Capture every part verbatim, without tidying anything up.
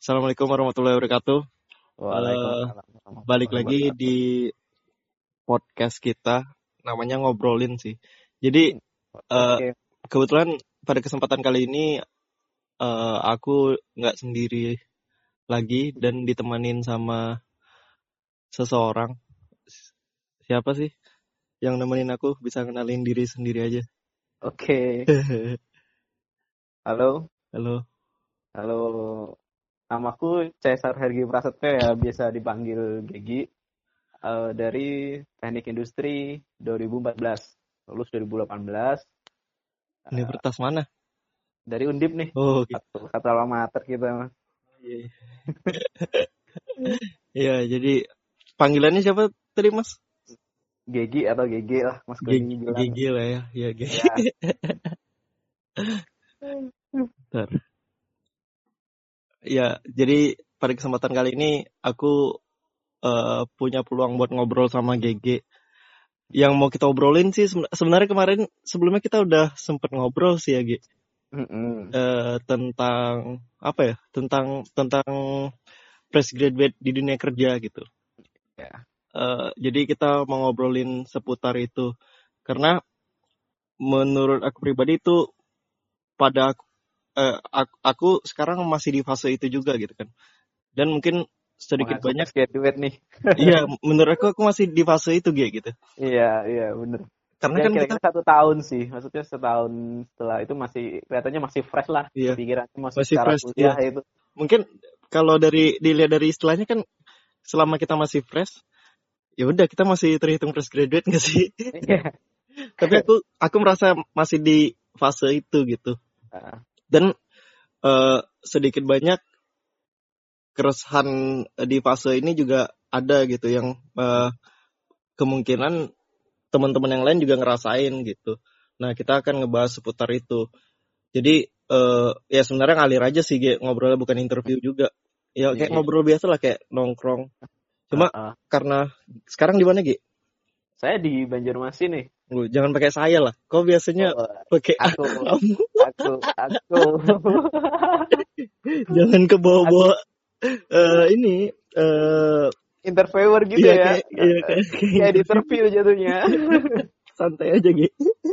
Assalamualaikum warahmatullahi wabarakatuh. Waalaikumsalam. Uh, balik lagi di podcast kita, namanya ngobrolin sih. Jadi uh, Oke. kebetulan pada kesempatan kali ini uh, aku nggak sendiri lagi dan ditemanin sama seseorang. Siapa sih yang nemenin aku? Bisa kenalin diri sendiri aja. Oke. Halo. Halo. Halo. Namaku Caesar Hergi Prasetyo ya, biasa dipanggil Gegi. Uh, dari Teknik Industri dua ribu empat belas. Lulus dua ribu delapan belas. Uh, Universitas mana? Dari Undip nih. Oh, gitu. Satu, satu alma mater kita. Iya. Iya, jadi panggilannya siapa tadi, Mas? Gegi atau Gege lah, Mas Gegi bilang. Gigi lah ya, ya Gigi. Ya. Bentar. Ya, jadi pada kesempatan kali ini aku uh, punya peluang buat ngobrol sama Gege. Yang mau kita obrolin sih sebenarnya kemarin sebelumnya kita udah sempet ngobrol sih ya, Ge. Mm-hmm. Uh, tentang apa ya? Tentang tentang fresh graduate di dunia kerja gitu. Ya. Uh, jadi kita mau ngobrolin seputar itu karena menurut aku pribadi itu pada aku, uh, aku, aku sekarang masih di fase itu juga gitu kan. Dan mungkin sedikit Mengaku banyak graduate nih. Iya, menurut aku aku masih di fase itu gitu. Iya, iya bener. Karena ya, kan kira-kira kita satu tahun sih, maksudnya setahun setelah itu masih kelihatannya masih fresh lah, iya, pikirannya masih, masih secara fresh, kuliah iya. itu. Mungkin kalau dari dilihat dari istilahnya kan selama kita masih fresh, ya udah kita masih terhitung fresh graduate nggak sih? Iya. Tapi aku aku merasa masih di fase itu gitu. Dan uh, sedikit banyak keresahan di fase ini juga ada gitu yang uh, kemungkinan teman-teman yang lain juga ngerasain gitu. Nah, kita akan ngebahas seputar itu. Jadi uh, ya sebenarnya ngalir aja sih, Ge. Ngobrolnya bukan interview juga. Ya kayak Iya. ngobrol biasa lah, kayak nongkrong. Cuma uh-uh. karena sekarang di mana, Ge? Saya di Banjarmasin nih. Uh, jangan pakai saya lah. Kok biasanya oh, pakai aku, kamu? Aku, aku. Jangan ke bawah-bawah uh, ini uh, interviewer gitu iya, ya. Kayak, iya, kayak, kayak, kayak di interview jatuhnya. Santai aja, Ge.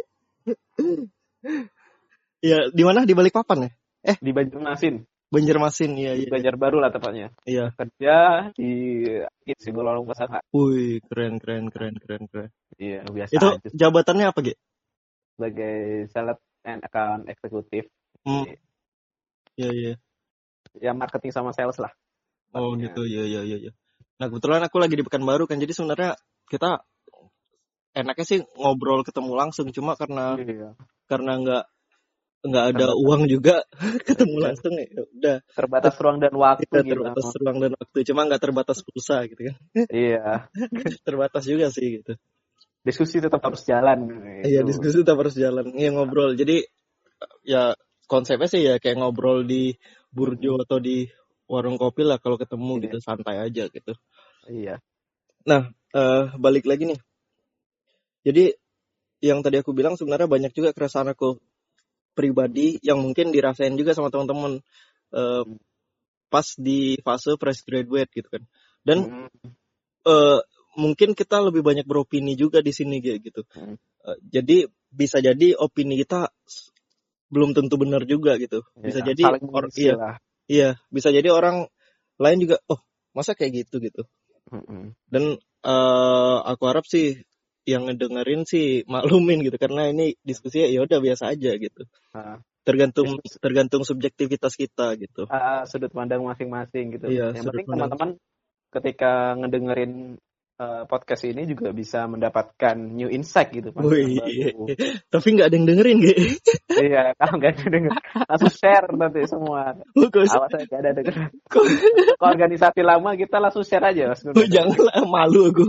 Ya, di mana? Di Balikpapan ya? Eh, di Banjarmasin. Banjarmasin, iya, di iya. Banjarbaru lah tepatnya. Iya. Kerja di Sigololong Pesaka. Wih, keren, keren, keren, keren, keren. Iya, biasa Itu aja. jabatannya apa, Ge? Sebagai sales and account eksekutif. Hmm. Iya, iya. Ya marketing sama sales lah. Oh, pastinya. Gitu, iya, iya, iya. Nah, kebetulan aku lagi di Pekanbaru kan, jadi sebenarnya kita enaknya sih ngobrol ketemu langsung, cuma karena iya. karena nggak nggak ada terbatas. Uang juga ketemu iya. langsung ya udah terbatas ruang dan waktu kita gitu. terbatas ruang dan waktu, cuma nggak terbatas pulsa gitu kan. Iya. Terbatas juga sih gitu. Diskusi tetap harus jalan gitu. Iya, diskusi tetap harus jalan. Iya, ngobrol. Jadi ya konsepnya sih ya kayak ngobrol di burjo hmm. atau di warung kopi lah kalau ketemu iya. gitu, santai aja gitu. Iya. Nah, uh, balik lagi nih. Jadi yang tadi aku bilang sebenarnya banyak juga keresahan aku pribadi yang mungkin dirasain juga sama teman-teman uh, hmm. pas di fase fresh graduate gitu kan. Dan hmm. uh, mungkin kita lebih banyak beropini juga di sini gitu. Hmm. Uh, jadi bisa jadi opini kita belum tentu benar juga gitu. Bisa ya, jadi or, iya, lah. iya, bisa jadi orang lain juga oh, masa kayak gitu gitu. Hmm. Dan uh, aku harap sih yang ngedengerin sih maklumin gitu, karena ini diskusinya ya udah biasa aja gitu. Uh, tergantung diskusi. tergantung subjektivitas kita gitu. Uh, sudut pandang masing-masing gitu. Iya, yang penting pandang. Teman-teman ketika ngedengerin uh, podcast ini juga bisa mendapatkan new insight gitu. Wih, tapi nggak ada yang dengerin gitu. Iya, kalau nggak ada denger, langsung share nanti semua. Awas saya nggak ada denger. Ke organisasi lama kita langsung share aja. Mas. Oh, janganlah, malu aku.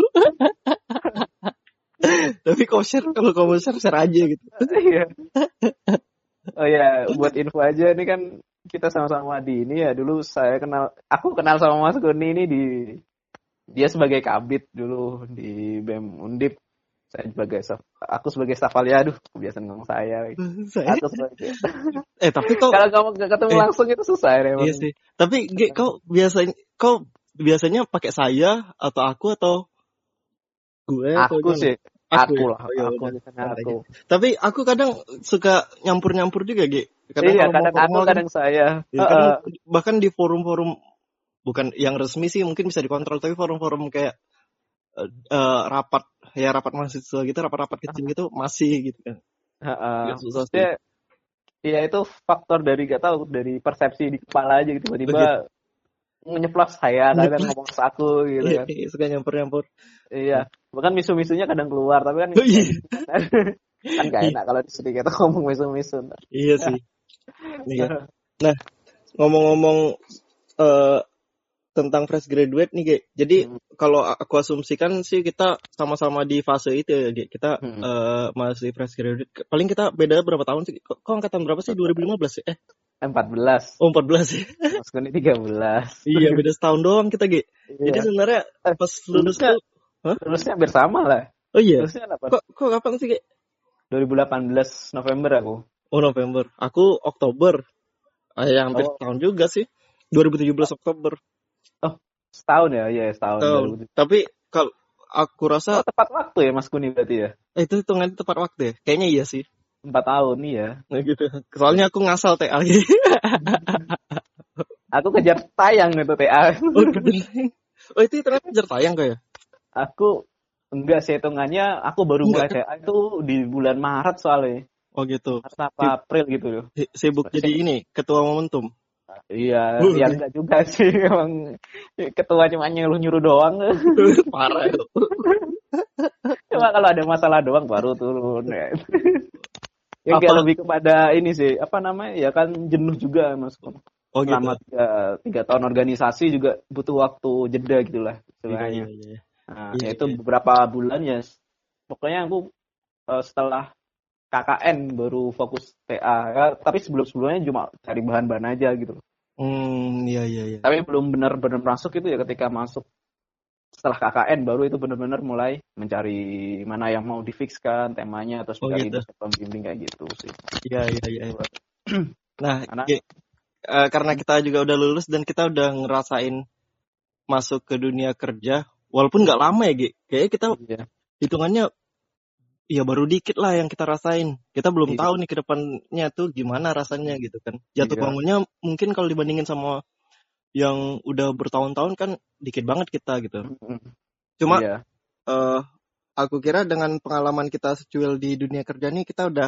Tapi kau share, kalau kamu share, share aja gitu. Iya. Oh ya, buat info aja, ini kan kita sama-sama di ini ya. Dulu saya kenal, aku kenal sama Mas Goni ini di, dia sebagai kabit dulu di B E M Undip. Saya sebagai staff, aku sebagai staff alia, aduh, kebiasaan ngomong saya. Saya Aku sebagai eh tapi kau kalau kamu nggak ketemu eh langsung itu susah ya iya emang. sih. Tapi Ge, kau biasanya kau biasanya pakai saya atau aku atau gue atau Aku gimana? sih, Aku aku ya. lah, Oh ya aku udah. biasanya Santai aja. aku. Tapi aku kadang suka nyampur-nyampur juga, Ge. Kadang Iya, kalau mau kadang aku, formal kan, kadang saya. ya kadang Heeh. bahkan di forum-forum bukan yang resmi sih mungkin bisa dikontrol, tapi forum-forum kayak eh, eh, rapat ya rapat mahasiswa gitu, rapat-rapat kecil gitu masih gitu kan. Heeh. Agak susah sih. Maksudnya, ya itu faktor dari gak tahu dari persepsi di kepala aja gitu, Oh gitu. tiba-tiba nyeplos saya kadang ngomong ke aku gitu Iya, kan. iya, suka nyampur-nyampur. Iya, bahkan misu-misunya kadang keluar, tapi kan Oh kayak iya. gitu kan. Kan gak enak kalau sedikit ngomong misu-misu. Iya sih. Iya. Nah, ngomong-ngomong eh, tentang fresh graduate nih, Ge. Jadi Hmm. kalau aku asumsikan sih kita sama-sama di fase itu ya, Ge. Kita Hmm. eh, masih fresh graduate. Paling kita beda berapa tahun sih? Kok kok angkatan berapa sih? dua ribu lima belas ya? Eh, empat belas. oh empat belas ya. Mas Kuni tiga belas. Iya, beda setahun doang kita, Ge. Jadi Iya. sebenarnya Eh, pas lulus lulusnya, tuh, hah? lulusnya bersama lah. Oh iya. Lulusnya apa? Kok kok kapan sih, Ge? dua ribu delapan belas November aku. Oh, November. Aku Oktober. Ah, ya hampir Oh, setahun juga sih. dua ribu tujuh belas Oktober. oh setahun ya, iya setahun. Tahun. dua ribu tujuh belas. Tapi kalau aku Oh, rasa tepat waktu ya Mas Kuni berarti ya? eh, itu hitungannya tepat waktu ya. Kayaknya iya sih. Empat tahun nih ya. Nah gitu. Soalnya aku ngasal T A gitu. Aku kejar tayang itu T A. Oh, kejar. Oh, itu ternyata kejar tayang kayak. Aku enggak sih hitungannya, aku baru mulai Enggak. T A itu di bulan Maret soalnya. Oh gitu. Maret apa April gitu loh. Si- Sibuk jadi ini ketua momentum. Iya, Uh, ya enggak juga sih emang ketua cuma nyuruh nyuruh doang. Parah itu. Cuma kalau ada masalah doang baru turun. Ya, ya kayak Apa? lebih kepada ini sih, apa namanya? Ya kan jenuh juga Mas. Oh gitu. Selama tiga, tiga tahun organisasi juga butuh waktu jeda gitulah Iya, istilahnya. iya, iya. Nah, Iya, ya itu iya. beberapa bulan ya. Pokoknya aku eh, setelah K K N baru fokus T A. Ya, tapi sebelum-sebelumnya cuma cari bahan-bahan aja gitu. Hmm, iya, iya, iya. Tapi belum benar-benar masuk itu ya ketika masuk setelah K K N baru itu benar-benar mulai mencari mana yang mau difikskan temanya terus Oh mencari gitu. dosen pembimbing kayak gitu sih. Iya, iya, iya. Nah, Karena Ge, eh, karena kita juga udah lulus dan kita udah ngerasain masuk ke dunia kerja, walaupun nggak lama ya, Ge. Kayaknya kita iya, hitungannya ya baru dikit lah yang kita rasain. Kita belum iya, tahu nih ke depannya tuh gimana rasanya gitu kan. Jatuh iya, bangunnya mungkin kalau dibandingin sama yang udah bertahun-tahun kan dikit banget kita gitu. mm, Cuma iya, eh, aku kira dengan pengalaman kita secuil di dunia kerja nih kita udah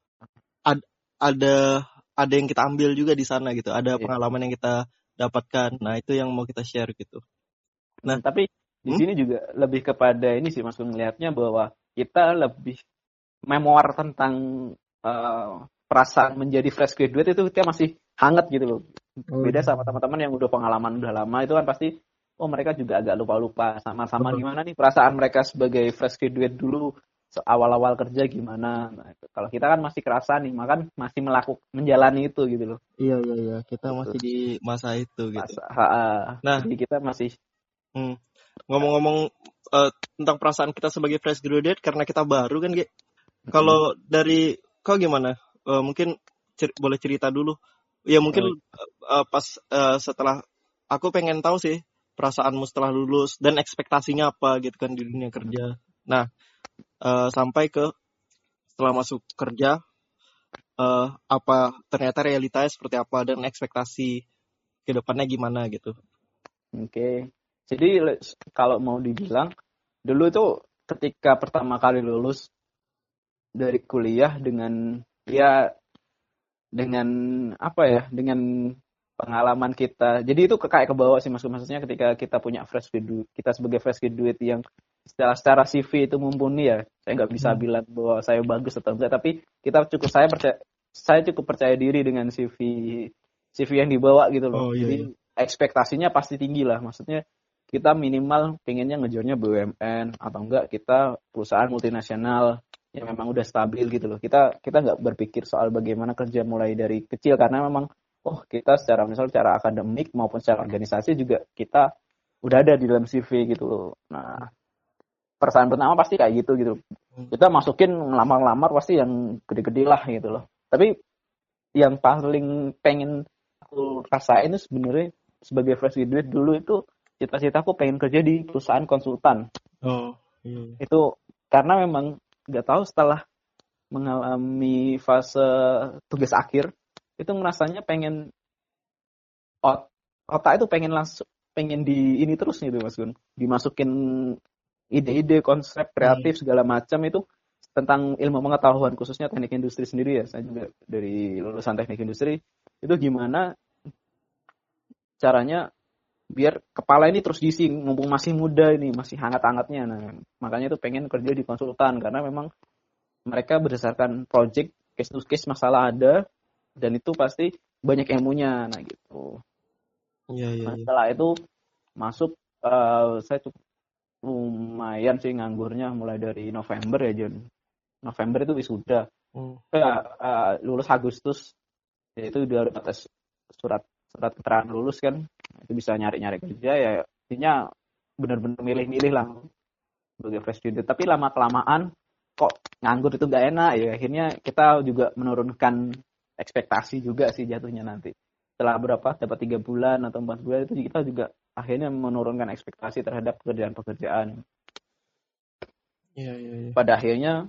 ad- ada ada yang kita ambil juga di sana gitu. Ada iya. pengalaman yang kita dapatkan. Nah, itu yang mau kita share gitu. Nah, Hmm, tapi di hmm? sini juga lebih kepada ini sih Mas melihatnya bahwa kita lebih memoir tentang eh, perasaan menjadi fresh graduate itu kita masih hangat gitu loh. Oh, Beda sama teman-teman yang udah pengalaman udah lama itu kan pasti oh mereka juga agak lupa-lupa sama-sama betul. gimana nih perasaan mereka sebagai fresh graduate dulu se- awal-awal kerja gimana. Nah, itu. Kalau kita kan masih kerasa nih, maka masih melakukan menjalani itu gitu loh. Iya, iya, iya. Kita Gitu. masih di masa itu gitu. Masa, ha, ha. Nah, Jadi kita masih hmm, ngomong-ngomong eh, tentang perasaan kita sebagai fresh graduate karena kita baru kan, Ge. mm, Kalau dari kau gimana? Eh, mungkin cer- boleh cerita dulu. Ya mungkin oh, eh, pas eh, setelah aku pengen tahu sih perasaanmu setelah lulus dan ekspektasinya apa gitu kan di dunia kerja. Nah, eh, sampai ke setelah masuk kerja eh, apa ternyata realitanya seperti apa dan ekspektasi ke depannya gimana gitu. oke. Jadi le- kalau mau dibilang dulu itu ketika pertama kali lulus dari kuliah dengan ya dengan apa ya dengan pengalaman kita. Jadi itu ke- kayak ke bawah sih mas maksudnya ketika kita punya fresh graduate, kita sebagai fresh graduate yang secara secara C V itu mumpuni ya. Saya nggak bisa Hmm. bilang bahwa saya bagus atau enggak, tapi kita cukup saya percaya saya cukup percaya diri dengan C V C V yang dibawa gitu loh. Oh iya, Jadi iya. ekspektasinya pasti tinggi lah. Maksudnya kita minimal pengennya ngejarnya B U M N atau enggak kita perusahaan multinasional yang memang udah stabil gitu loh. Kita kita nggak berpikir soal bagaimana kerja mulai dari kecil karena memang oh kita secara misal secara akademik maupun secara organisasi juga kita udah ada di dalam C V gitu loh. Nah, perusahaan pertama pasti kayak gitu gitu. Kita masukin ngelamar-ngelamar pasti yang gede-gede lah gitu loh. Tapi yang paling pengen aku rasain itu sebenarnya sebagai fresh graduate dulu itu cita-citaku pengen kerja di perusahaan konsultan. Oh, iya. Itu karena memang nggak tahu setelah mengalami fase tugas akhir itu ngerasanya pengen ot otak itu pengen langsung pengen di ini terus gitu Mas Gun, dimasukin ide-ide konsep kreatif segala macam itu tentang ilmu pengetahuan khususnya teknik industri sendiri ya. Saya juga dari lulusan teknik industri itu gimana caranya biar kepala ini terus diisi mumpung masih muda ini masih hangat-hangatnya. Nah makanya itu pengen kerja di konsultan karena memang mereka berdasarkan project case to case masalah ada dan itu pasti banyak ilmunya. Nah gitu. Iya, iya, Nah, iya. setelah itu masuk uh, saya cukup lumayan sih nganggurnya mulai dari November ya Jon. November itu wisuda. Hmm. Eh, uh, lulus Agustus ya itu udah dapat tes surat surat keterangan lulus kan. Itu bisa nyari-nyari kerja ya intinya benar-benar milih-milih lah sebagai fresh graduate. Tapi lama kelamaan kok nganggur itu gak enak ya akhirnya kita juga menurunkan ekspektasi juga sih jatuhnya nanti. Setelah berapa dapat tiga bulan atau empat bulan itu kita juga akhirnya menurunkan ekspektasi terhadap pekerjaan-pekerjaan. Iya, iya, iya. Pada akhirnya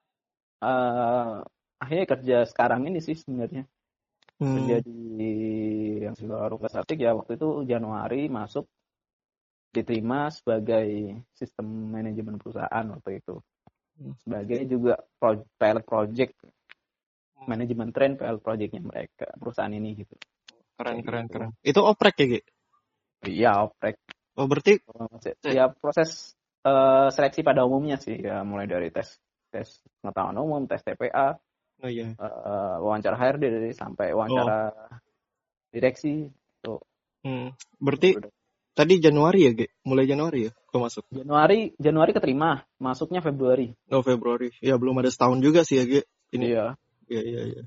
uh, akhirnya kerja sekarang ini sih sebenarnya. Hmm. Kerja di yang baru Statik ya waktu itu Januari masuk diterima sebagai sistem manajemen perusahaan waktu itu. Sebagai juga pro, pilot project manajemen tren pilot projectnya mereka perusahaan ini gitu. Keren, keren, gitu. Keren. Itu oprek ya, Gi? Iya, oprek. Oh, berarti ya proses uh, seleksi pada umumnya sih ya mulai dari tes tes pengetahuan umum, tes T P A, oh, iya. uh, wawancara H R D dari sampai wawancara oh. direksi tuh. Hmm. Berarti udah. Tadi Januari ya, Gi? Mulai Januari ya kau masuk? Januari, Januari keterima, masuknya Februari. Oh, Februari. Ya belum ada setahun juga sih ya, Gi. Ini. Iya. Iya, iya, iya.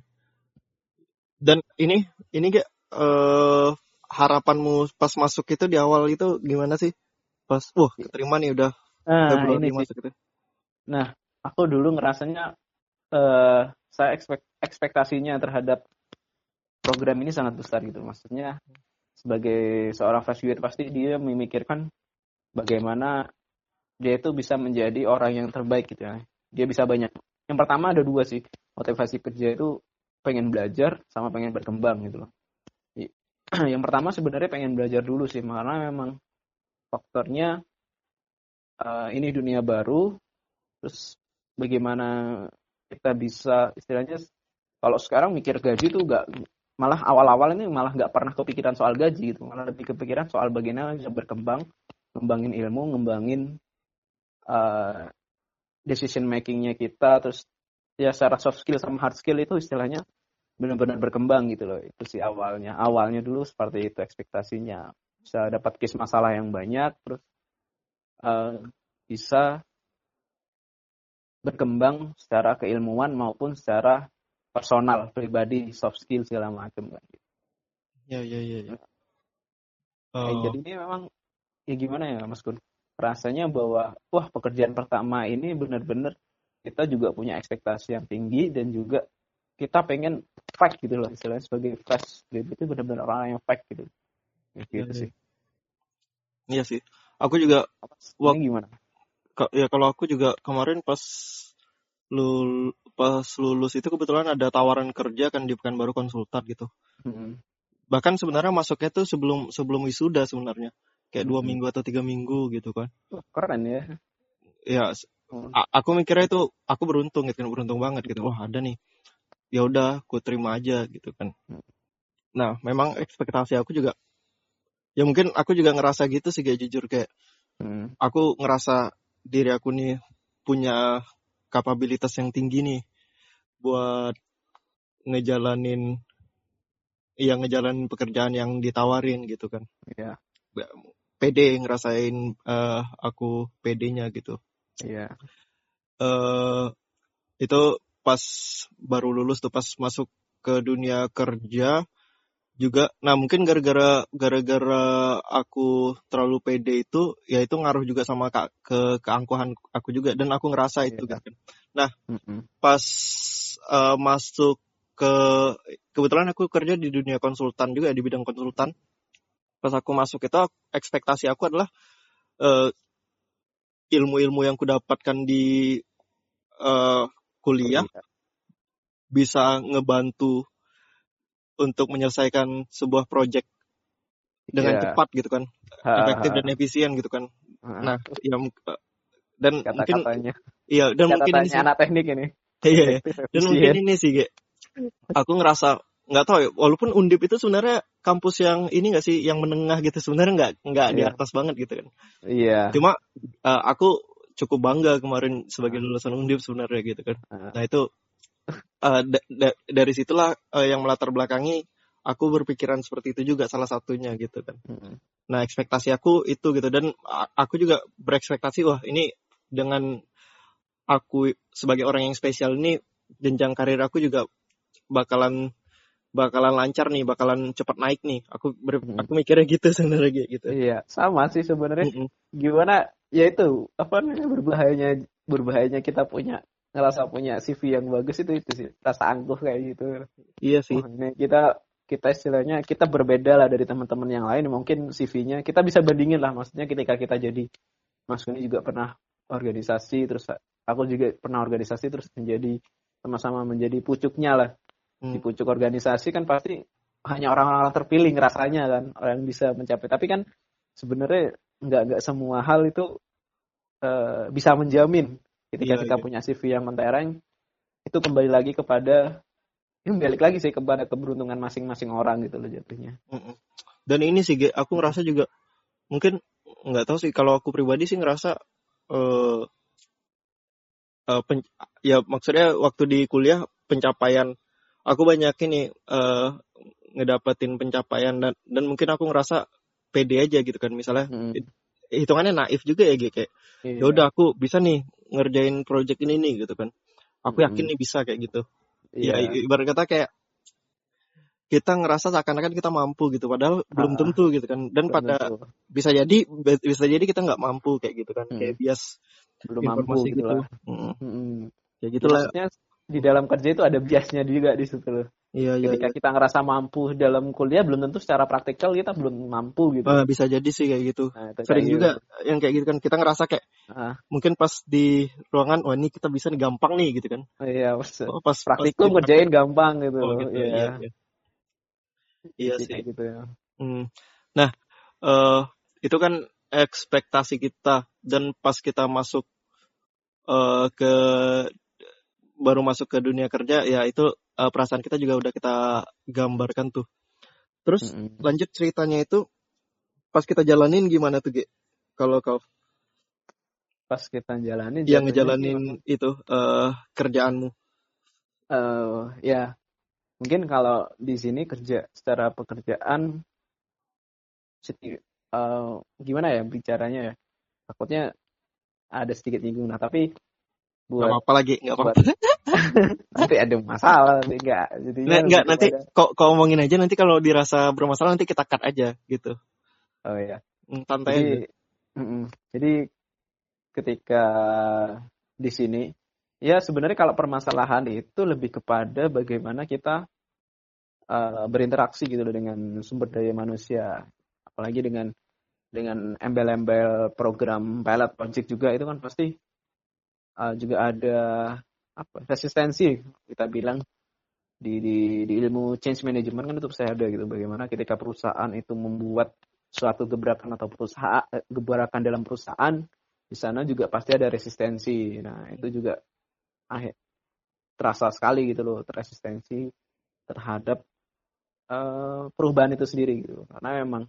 Dan ini ini Gi, uh, harapanmu pas masuk itu di awal itu gimana sih? Pas, wah keterima nih udah nah, Februari ini masuk sih. itu. Nah, aku dulu ngerasanya uh, saya ekspek, ekspektasinya terhadap program ini sangat besar gitu. Maksudnya sebagai seorang fresh graduate pasti dia memikirkan bagaimana dia itu bisa menjadi orang yang terbaik gitu ya. Dia bisa banyak. Yang pertama ada dua sih. Motivasi kerja itu pengen belajar sama pengen berkembang gitu loh. Yang pertama sebenarnya pengen belajar dulu sih, karena memang faktornya uh, ini dunia baru, terus bagaimana kita bisa istilahnya kalau sekarang mikir gaji tuh gak, malah awal-awal ini malah nggak pernah kepikiran soal gaji gitu, malah lebih kepikiran soal bagaimana bisa berkembang, ngembangin ilmu, ngembangin uh, decision makingnya kita, terus ya secara soft skill sama hard skill itu istilahnya benar-benar berkembang gitu loh. Itu sih awalnya. Awalnya dulu seperti itu ekspektasinya. Bisa dapat case masalah yang banyak, terus uh, bisa berkembang secara keilmuan maupun secara personal, pribadi, soft skill segala macam kan. Ya, ya, ya. ya. Oh. Eh, jadi ini memang ya gimana ya Mas Gun? Rasanya bahwa wah pekerjaan pertama ini benar-benar kita juga punya ekspektasi yang tinggi dan juga kita pengen fact gitu loh, istilahnya sebagai fresh graduate itu benar-benar orang yang fact gitu. Ya, gitu ya, sih. Iya sih. Aku juga wak- gimana? Ya kalau aku juga kemarin pas lul pas lulus itu kebetulan ada tawaran kerja kan di Pekanbaru konsultan gitu. Mm-hmm. Bahkan sebenarnya masuknya tuh sebelum sebelum wisuda sebenarnya. Kayak mm-hmm. dua minggu atau tiga minggu gitu kan. Oh, keren ya. Ya, oh. Aku mikirnya itu aku beruntung gitu, beruntung banget gitu. Wah, ada nih. Ya udah, aku terima aja gitu kan. Nah, memang ekspektasi aku juga, ya mungkin aku juga ngerasa gitu sih, kayak jujur kayak, hmm. aku ngerasa diri aku nih punya kapabilitas yang tinggi nih buat ngejalanin, ya ngejalanin pekerjaan yang ditawarin gitu kan. Iya. Yeah. Pede ngerasain uh, aku pedenya gitu. Iya. Yeah. Uh, itu pas baru lulus tuh, pas masuk ke dunia kerja juga. Nah mungkin gara-gara gara-gara aku terlalu pede itu, ya itu ngaruh juga sama ka, ke keangkuhan aku juga, dan aku ngerasa itu Iya. gitu kan. Nah Mm-mm. pas uh, masuk ke, kebetulan aku kerja di dunia konsultan juga, di bidang konsultan. Pas aku masuk itu ekspektasi aku adalah uh, ilmu-ilmu yang kudapatkan di uh, kuliah Kuliah. bisa ngebantu untuk menyelesaikan sebuah project dengan Iya. cepat gitu kan, efektif dan efisien gitu kan. Nah, ya dan mungkin Kata-katanya. iya dan mungkin ini Kata-katanya sih, anak teknik ini. iya ya. Efektif, Dan mungkin efisien. ini sih, Ge. Aku ngerasa nggak tahu ya, walaupun Undip itu sebenarnya kampus yang ini nggak sih, yang menengah gitu, sebenarnya nggak nggak di Iya. atas banget gitu kan. Iya. Cuma uh, aku cukup bangga kemarin sebagai Ah, lulusan Undip sebenarnya gitu kan. ah. Nah itu uh, da- da- dari situlah uh, yang melatar belakangi aku berpikiran seperti itu juga, salah satunya gitu kan. Mm-mm. Nah ekspektasi aku itu gitu, dan a- aku juga berekspektasi, wah ini dengan aku sebagai orang yang spesial ini, jenjang karir aku juga bakalan bakalan lancar nih, bakalan cepat naik nih. Aku ber, Mm-mm. aku mikirnya gitu sebenarnya gitu. Iya, sama sih sebenarnya. Mm-mm. Gimana? Ya itu apa namanya, berbahayanya berbahayanya kita punya ngerasa punya C V yang bagus itu itu sih, rasa angkuh kayak gitu. Iya sih. Wah, ini kita kita istilahnya kita berbeda lah dari teman-teman yang lain. Mungkin C V-nya kita bisa bandingin lah. Maksudnya ketika kita jadi, Mas Guni juga pernah organisasi, terus aku juga pernah organisasi, terus menjadi sama-sama menjadi pucuknya lah. Di Hmm. pucuk organisasi kan pasti hanya orang-orang terpilih ngerasanya kan, orang yang bisa mencapai. Tapi kan sebenarnya nggak nggak semua hal itu uh, bisa menjamin ketika Iya, kita iya. punya C V yang mentereng. Itu kembali lagi kepada, ini balik lagi sih kepada keberuntungan masing-masing orang gitu loh jatuhnya. Mm-mm. Dan ini sih, Ge, aku ngerasa juga mungkin nggak tahu sih, kalau aku pribadi sih ngerasa uh, uh, pen, ya maksudnya waktu di kuliah pencapaian aku banyak ini uh, ngedapetin pencapaian, dan dan mungkin aku ngerasa pede aja gitu kan, misalnya Hmm. hitungannya naif juga ya, Ge, kayak ya udah Iya. aku bisa nih ngerjain project ini nih gitu kan, aku yakin Hmm. nih bisa kayak gitu. Iya. Ya ibarat kata kayak kita ngerasa seakan-akan kita mampu gitu, padahal belum Ha-ha. tentu gitu kan. Dan Belum pada tentu. bisa jadi bisa jadi kita nggak mampu kayak gitu kan, kayak Hmm. bias Belum mampu informasi gitu gitu. lah. Mm. Hmm. Kayak Ya, gitulah. maksudnya di dalam kerja itu ada biasnya juga di situ loh. Iya, iya, Ketika iya. kita ngerasa mampu dalam kuliah, belum tentu secara praktikal kita belum mampu gitu. Ah, bisa jadi sih kayak gitu. Nah, itu Sering kayak juga gitu. yang kayak gitu kan, kita ngerasa kayak Ah, mungkin pas di ruangan, wah ini kita bisa nih, gampang nih gitu kan. iya, pas Oh pas pas di praktikum praktek, ngerjain gampang gitu oh loh. gitu. Iya, Iya, iya. Iya sih sih. kayak gitu ya. Hmm. Nah, eh itu kan ekspektasi kita, dan pas kita masuk eh ke baru masuk ke dunia kerja, ya itu uh, perasaan kita juga udah kita gambarkan tuh. Terus Mm-mm. lanjut ceritanya itu pas kita jalanin gimana tuh, Ge? Kalau kau Pas kita jalanin yang jatuhnya sih ngejalanin memang itu uh, kerjaanmu. eh ya mungkin kalau di sini kerja secara pekerjaan seti- eh, gimana ya bicaranya ya, takutnya ada sedikit nyinggung. Nah tapi Gak buat apa-apa lagi, gak buat apa-apa. nanti ada masalah nanti enggak, jadinya Nggak, nggak, lebih nanti kepada kau, kau omongin aja, nanti kalau dirasa bermasalah nanti kita cut aja gitu. oh ya Hmm, santai jadi aja. mm-mm. Jadi ketika di sini ya sebenarnya kalau permasalahan itu lebih kepada bagaimana kita uh, berinteraksi gitu loh dengan sumber daya manusia, apalagi dengan dengan embel-embel program pilot project juga itu kan pasti uh, juga ada apa resistensi kita bilang di, di di ilmu change management kan itu pasti ada gitu, bagaimana ketika perusahaan itu membuat suatu gebrakan atau perusahaan gebrakan dalam perusahaan, di sana juga pasti ada resistensi. Nah itu juga ah, terasa sekali gitu loh, resistensi terhadap uh, perubahan itu sendiri gitu, karena memang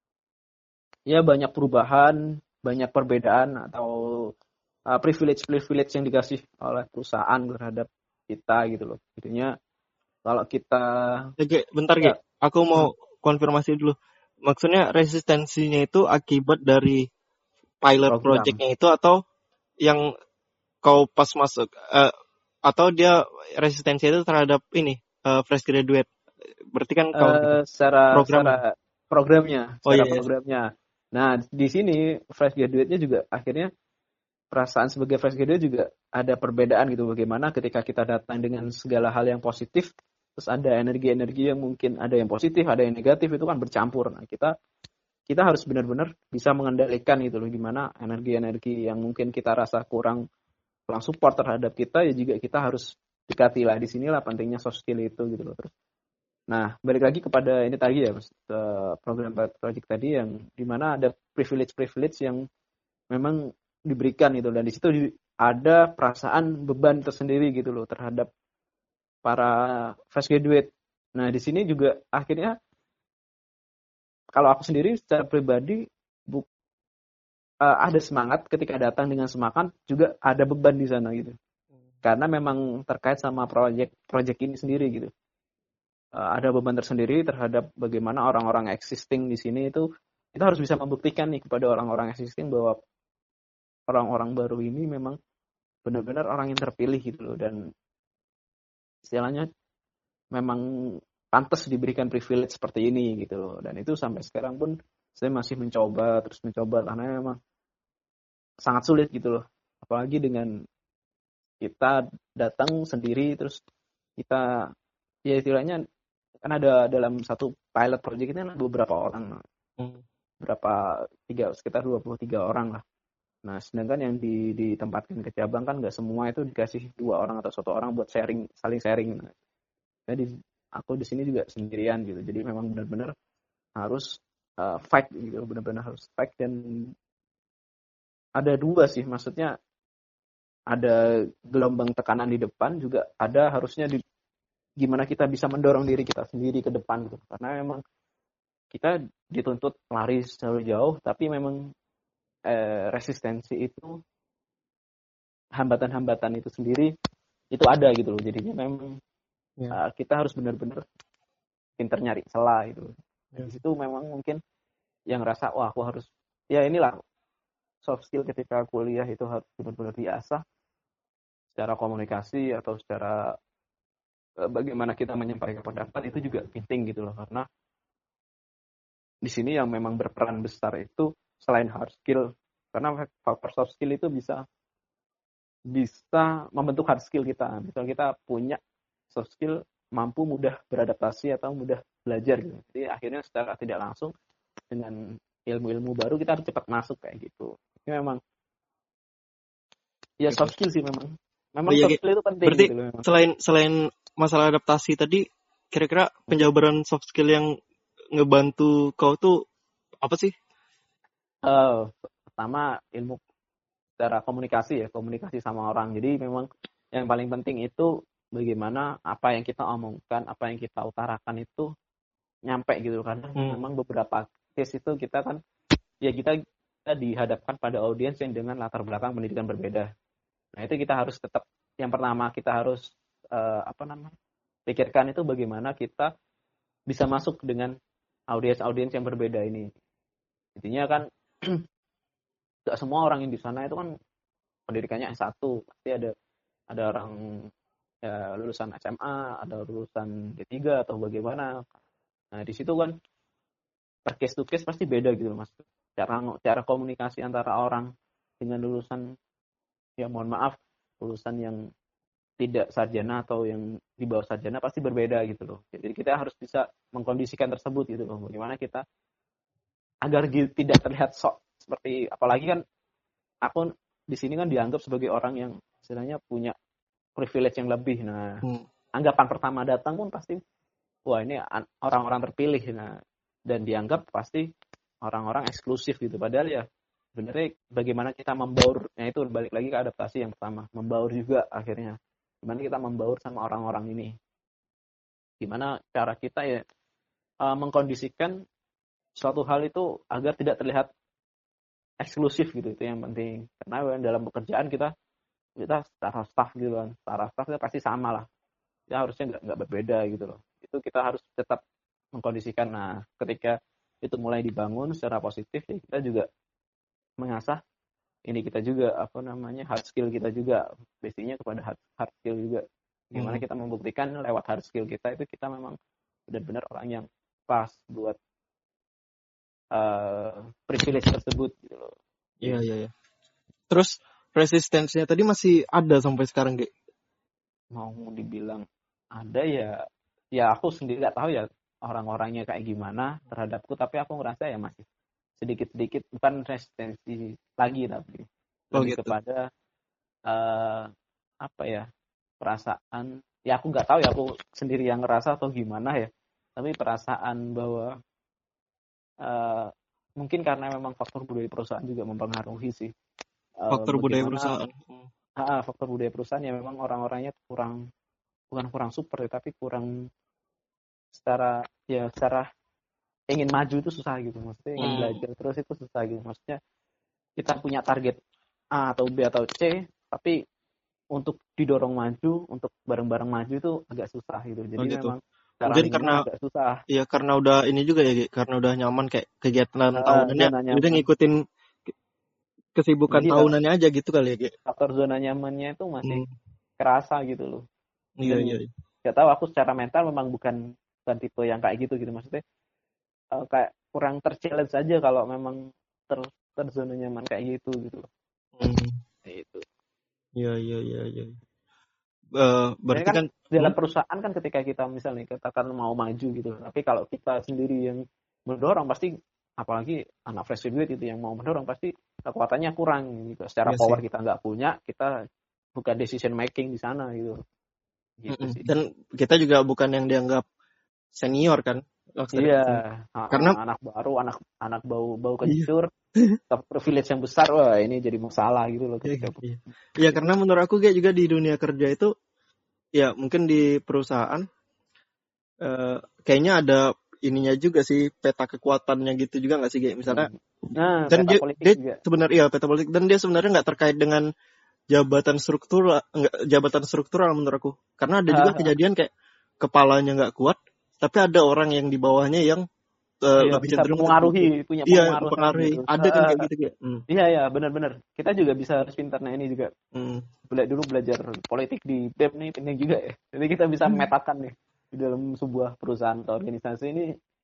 ya banyak perubahan, banyak perbedaan atau uh, privilege-privilege yang dikasih oleh perusahaan terhadap kita gitu loh. Jadinya kalau kita Ya, Ge, bentar, ya, Ge. Aku mau konfirmasi dulu. Maksudnya resistensinya itu akibat dari pilot program project-nya itu, atau yang kau pas masuk, uh, atau dia resistensi itu terhadap ini uh, fresh graduate? Berarti kan kalau gitu Eh, secara program. secara programnya, Oh secara iya, iya. programnya. Nah, di sini fresh graduate-nya juga akhirnya perasaan sebagai fresh graduate juga ada perbedaan gitu. Bagaimana ketika kita datang dengan segala hal yang positif, terus ada energi-energi yang mungkin ada yang positif, ada yang negatif, itu kan bercampur. Nah, kita kita harus benar-benar bisa mengendalikan gitu loh, gimana energi-energi yang mungkin kita rasa kurang kurang support terhadap kita, ya juga kita harus dekati lah. Di sinilah pentingnya soft skill itu gitu loh. Terus, nah balik lagi kepada ini tadi ya, Mas, eh, program project tadi yang dimana ada privilege-privilege yang memang diberikan gitu, dan di situ di- ada perasaan beban tersendiri gitu loh terhadap para fresh graduate. Nah di sini juga akhirnya kalau aku sendiri secara pribadi bu- eh, ada semangat ketika datang dengan semangat, juga ada beban di sana gitu. Karena memang terkait sama proyek proyek ini sendiri gitu. Eh, ada beban tersendiri terhadap bagaimana orang-orang existing di sini itu kita harus bisa membuktikan nih kepada orang-orang existing bahwa orang-orang baru ini memang benar-benar orang yang terpilih gitu loh, dan istilahnya memang pantas diberikan privilege seperti ini gitu loh. Dan itu sampai sekarang pun saya masih mencoba terus mencoba karena memang sangat sulit gitu loh. Apalagi dengan kita datang sendiri terus kita ya istilahnya kan ada dalam satu pilot project ini kan ada beberapa orang, Hmm. berapa tiga sekitar dua puluh tiga orang lah. Nah, sedangkan yang di, ditempatkan ke cabang kan nggak semua itu dikasih dua orang atau satu orang buat sharing, saling sharing. Nah, jadi aku di sini juga sendirian gitu. Jadi memang benar-benar harus uh, fight gitu, benar-benar harus fight. Dan ada dua sih, maksudnya ada gelombang tekanan di depan, juga ada harusnya di gimana kita bisa mendorong diri kita sendiri ke depan gitu. Karena memang kita dituntut lari selalu jauh, tapi memang eh, resistensi itu, hambatan-hambatan itu sendiri itu ada gitu loh. Jadinya memang Ya, uh, kita harus benar-benar pinter nyari celah gitu. ya. Di situ memang mungkin yang rasa wah aku harus, ya inilah soft skill ketika kuliah itu harus benar-benar diasah secara komunikasi atau secara uh, bagaimana kita menyampaikan pendapat itu juga penting gitu loh, karena di sini yang memang berperan besar itu selain hard skill, karena faktor soft skill itu bisa bisa membentuk hard skill kita. Misal kita punya soft skill mampu mudah beradaptasi atau mudah belajar gitu. Jadi akhirnya secara tidak langsung dengan ilmu-ilmu baru kita harus cepat masuk kayak gitu. Ini memang ya soft skill sih memang. Oh Memang iya, soft Ge. skill itu penting Berarti gitu loh memang. selain selain masalah adaptasi tadi, kira-kira penjabaran soft skill yang ngebantu kau tuh apa sih? Uh, pertama ilmu secara komunikasi ya, komunikasi sama orang. Jadi memang yang paling penting itu bagaimana apa yang kita omongkan, apa yang kita utarakan itu nyampe gitu. Karena Hmm. memang beberapa case itu kita kan ya kita, kita dihadapkan pada audiens yang dengan latar belakang pendidikan berbeda. Nah itu kita harus tetap, yang pertama kita harus uh, apa namanya pikirkan itu bagaimana kita bisa masuk dengan audiens-audiens yang berbeda ini. Intinya kan nggak semua orang yang di sana itu kan pendidikannya S satu, pasti ada ada orang ya, lulusan S M A, ada lulusan D tiga atau bagaimana. Nah di situ kan per case to case pasti beda gitu mas. Cara cara komunikasi antara orang dengan lulusan, ya mohon maaf, lulusan yang tidak sarjana atau yang di bawah sarjana pasti berbeda gitu loh. Jadi kita harus bisa mengkondisikan tersebut gitu loh. Bagaimana kita agar tidak terlihat sok seperti, apalagi kan aku di sini kan dianggap sebagai orang yang istilahnya punya privilege yang lebih. Nah, Hmm. anggapan pertama datang pun pasti wah ini orang-orang terpilih. Nah, dan dianggap pasti orang-orang eksklusif gitu. Padahal ya sebenarnya bagaimana kita membaur, nah itu balik lagi ke adaptasi yang pertama, membaur juga akhirnya. Gimana kita membaur sama orang-orang ini. Gimana cara kita ya uh, mengkondisikan suatu hal itu agar tidak terlihat eksklusif gitu, itu yang penting. Karena dalam pekerjaan kita kita secara staff gitu kan, secara staff kita pasti sama lah. Ya harusnya nggak nggak berbeda gitu loh. Itu kita harus tetap mengkondisikan. Nah, ketika itu mulai dibangun secara positif, ya kita juga mengasah ini kita juga apa namanya hard skill kita juga, basicnya kepada hard, hard skill juga. Gimana Hmm. kita membuktikan lewat hard skill kita itu kita memang benar-benar orang yang pas buat uh, privilege tersebut gitu loh. Iya iya iya. Terus resistensinya tadi masih ada sampai sekarang, Ge? Mau dibilang ada ya, ya aku sendiri nggak tahu ya orang-orangnya kayak gimana terhadapku, tapi aku ngerasa ya masih sedikit-sedikit, bukan resistensi lagi tapi Oh lebih gitu. kepada uh, apa ya, perasaan, ya aku nggak tahu ya aku sendiri yang ngerasa atau gimana ya, tapi perasaan bahwa uh, mungkin karena memang faktor budaya perusahaan juga mempengaruhi sih. Uh, Faktor budaya bagaimana perusahaan. ah, faktor budaya perusahaan ya memang orang-orangnya kurang, bukan kurang super ya, tapi kurang secara ya secara ingin maju itu susah gitu, maksudnya ingin Hmm. belajar terus itu susah gitu, maksudnya kita punya target A atau B atau C, tapi untuk didorong maju, untuk bareng-bareng maju itu agak susah gitu. Jadi Oh gitu. memang cara Mungkin ini karena agak susah. ya karena udah ini juga ya, Ge, karena udah nyaman kayak kegiatan Uh, tahunannya, zona udah nyaman. ngikutin kesibukan Iya, tahunannya aja gitu kali ya, Ge. faktor zona nyamannya itu masih Hmm. kerasa gitu loh. Iya Dan iya. gak tahu, aku secara mental memang bukan bukan tipe yang kayak gitu gitu, maksudnya uh, kayak kurang terchallenge aja kalau memang ter terzona nyaman kayak gitu gitu. Hmm. Itu. Iya iya iya iya. Uh, berarti kan, kan dalam hmm? perusahaan kan ketika kita misalnya katakan mau maju gitu, tapi kalau kita sendiri yang mendorong pasti, apalagi anak fresh graduate itu yang mau mendorong, pasti kekuatannya kurang gitu. Secara Iya power sih. kita nggak punya, kita bukan decision making di sana gitu. Gitu Mm-mm. sih. Dan kita juga bukan yang dianggap senior kan. Iya, Karena anak baru, anak anak bau bau iya. kencur, privilege yang besar, wah ini jadi masalah gitu loh ketika. Iya, iya. Ya karena menurut aku kayak juga di dunia kerja itu, ya mungkin di perusahaan uh, kayaknya ada ininya juga sih, peta kekuatannya gitu juga nggak sih, kayak misalnya. Nah, Dan peta dia, politik dia juga. sebenarnya ya peta politik, dan dia sebenarnya nggak terkait dengan jabatan struktural, enggak jabatan struktural menurut aku. Karena ada juga kejadian kayak kepalanya nggak kuat, tapi ada orang yang di bawahnya yang uh, Iya, lebih bisa cenderung mempengaruhi, punya iya pengaruh mempengaruhi. gitu. Ada kan Uh, kayak gitu ya. Hmm. Iya ya, benar-benar. Kita juga bisa harus pintar. Nah ini juga. Hmm. Bela dulu belajar politik di B E M nih penting juga ya. Jadi kita bisa memetakan nih di dalam sebuah perusahaan atau organisasi ini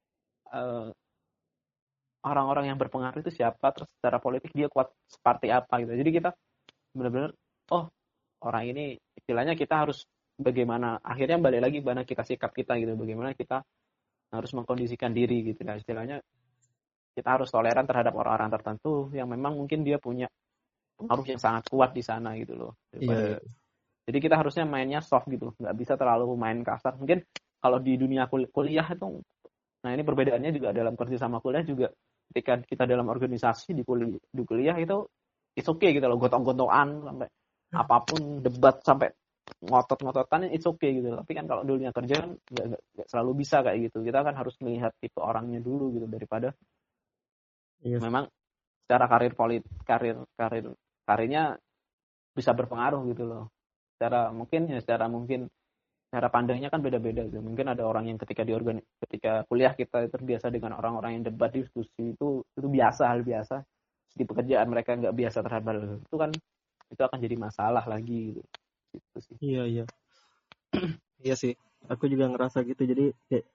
uh, orang-orang yang berpengaruh itu siapa, terus secara politik dia kuat seperti apa gitu. Jadi kita benar-benar, oh orang ini istilahnya kita harus bagaimana, akhirnya balik lagi bagaimana kita sikap kita gitu, bagaimana kita harus mengkondisikan diri gitu lah istilahnya. Kita harus toleran terhadap orang-orang tertentu yang memang mungkin dia punya pengaruh yang sangat kuat di sana gitu loh. Daripada, iya, iya. jadi kita harusnya mainnya soft gitu, nggak bisa terlalu main kasar. Mungkin kalau di dunia kul- kuliah itu, nah ini perbedaannya juga dalam kerja sama kuliah juga. Ketika kita dalam organisasi di kuliah, di kuliah itu it's okay gitu loh, gotong-gotongan sampai apapun, debat sampai ngotot-ngototan, it's okay gitu. Tapi kan kalau dunia kerja kan nggak, nggak selalu bisa kayak gitu. Kita kan harus melihat tipe orangnya dulu gitu, daripada Yes. memang secara karir politik, karir karir karirnya bisa berpengaruh gitu loh. Secara mungkin ya secara mungkin cara pandangnya kan beda-beda gitu. Mungkin ada orang yang ketika di organi- ketika kuliah kita terbiasa dengan orang-orang yang debat, diskusi, itu itu biasa, hal biasa. Di pekerjaan mereka nggak biasa terhadap hal itu, kan itu akan jadi masalah lagi gitu. Gitu sih. Iya iya. Iya sih. Aku juga ngerasa gitu. Jadi kayak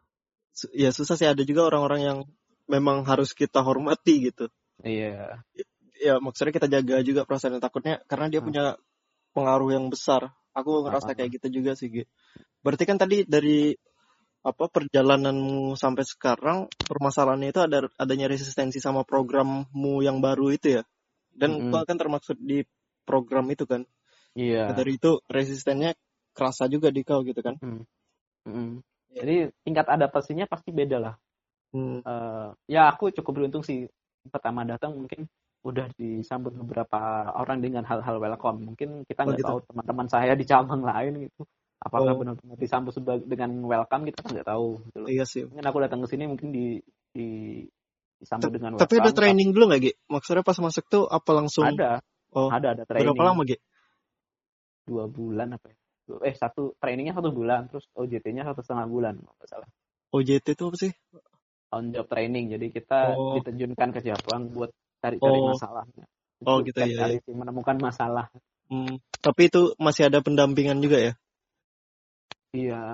ya susah sih, ada juga orang-orang yang memang harus kita hormati gitu. Iya. Ya maksudnya kita jaga juga perasaan, takutnya karena dia Hmm. punya pengaruh yang besar. Aku ngerasa Ah, ah, kayak gitu juga sih, Ge. Berarti kan tadi dari apa perjalananmu sampai sekarang, permasalahannya itu ada adanya resistensi sama programmu yang baru itu ya. Dan Mm-mm. kau kan termaksud di program itu kan. Iya. Nah, dari itu resistennya kerasa juga di kau gitu kan. Mm. Mm-mm. Jadi tingkat adaptasinya pasti beda lah. Hmm. Uh, ya aku cukup beruntung sih, pertama datang mungkin udah disambut beberapa orang dengan hal-hal welcome. Mungkin kita nggak Oh, gitu. tahu teman-teman saya di cabang lain gitu, apakah Oh. benar-benar disambut sebag- dengan welcome, kita kan nggak tahu gitu loh. Iya sih. Mungkin aku datang ke sini mungkin di, di disambut T- dengan Tapi welcome. ada training dulu nggak, Ge? Maksudnya pas masuk tuh apa langsung? Ada. Oh. Ada ada training. Berapa lama, Ge? Dua bulan apa ya? Eh satu trainingnya satu bulan, terus O J T-nya satu setengah bulan, nggak salah. O J T itu apa sih? On job training, jadi kita Oh. diterjunkan ke Jepang buat cari-cari Oh. masalahnya. Oh gitu ya. Cari menemukan masalah. Hmm. Tapi itu masih ada pendampingan juga ya? Iya,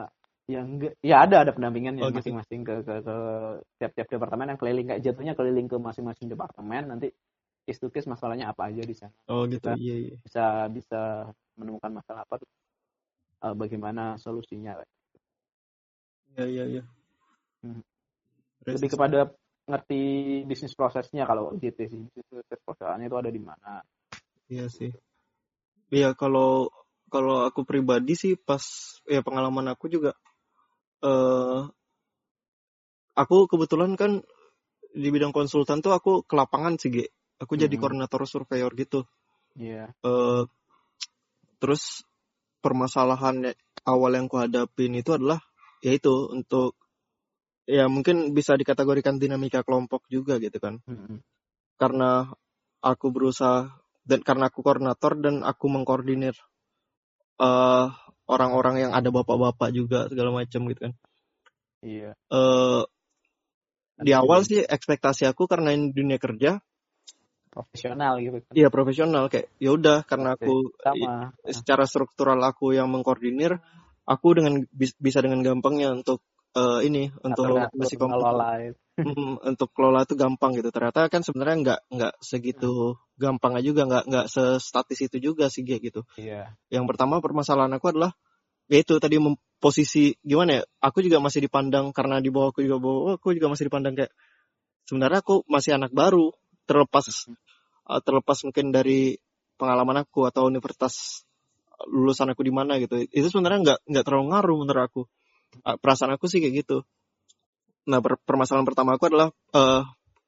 Ya enggak, ya ada ada pendampingannya Oh gitu. masing-masing ke ke ke tiap-tiap departemen yang keliling, kayak jatuhnya keliling ke masing-masing departemen, nanti case to case masalahnya apa aja di sana. Oh gitu. Kita Iya iya. bisa bisa menemukan masalah apa, uh, bagaimana solusinya. Iya iya iya. Hmm. Lebih Resist. kepada ngerti bisnis prosesnya kalau G T sih, bisnis proses perusahaannya itu ada di mana. Iya sih. Iya kalau kalau aku pribadi sih pas ya pengalaman aku juga eh aku kebetulan kan di bidang konsultan tuh aku ke lapangan sih, Ge. Aku jadi Hmm. koordinator surveyor gitu. Iya. Eh terus permasalahan awal yang kuhadapin itu adalah yaitu untuk ya mungkin bisa dikategorikan dinamika kelompok juga gitu kan. Hmm. Karena aku berusaha dan karena aku koordinator dan aku mengkoordinir eh orang-orang yang ada bapak-bapak juga segala macam gitu kan. Iya. Eh di Nanti juga awal sih ekspektasi aku karena ini dunia kerja, profesional gitu kan. iya profesional kayak ya udah karena Oke, aku i- sama. secara struktural aku yang mengkoordinir, aku dengan bis- bisa dengan gampangnya untuk eh, ini untuk Ngatur-ngatur operasi komputer. ngelola itu. Mm, untuk kelola itu gampang gitu. Ternyata kan sebenarnya nggak nggak segitu gampangnya juga, nggak nggak sestatis itu juga sih kayak gitu. Iya. Yang pertama permasalahan aku adalah yaitu tadi mem- posisi gimana ya? Aku juga masih dipandang karena di bawah aku juga bawah aku juga masih dipandang kayak sebenarnya aku masih anak baru, terlepas uh, terlepas mungkin dari pengalaman aku atau universitas lulusan aku di mana gitu. Itu sebenarnya nggak nggak terlalu ngaruh menurut aku. Uh, perasaan aku sih kayak gitu. Nah, per- permasalahan pertama aku adalah uh,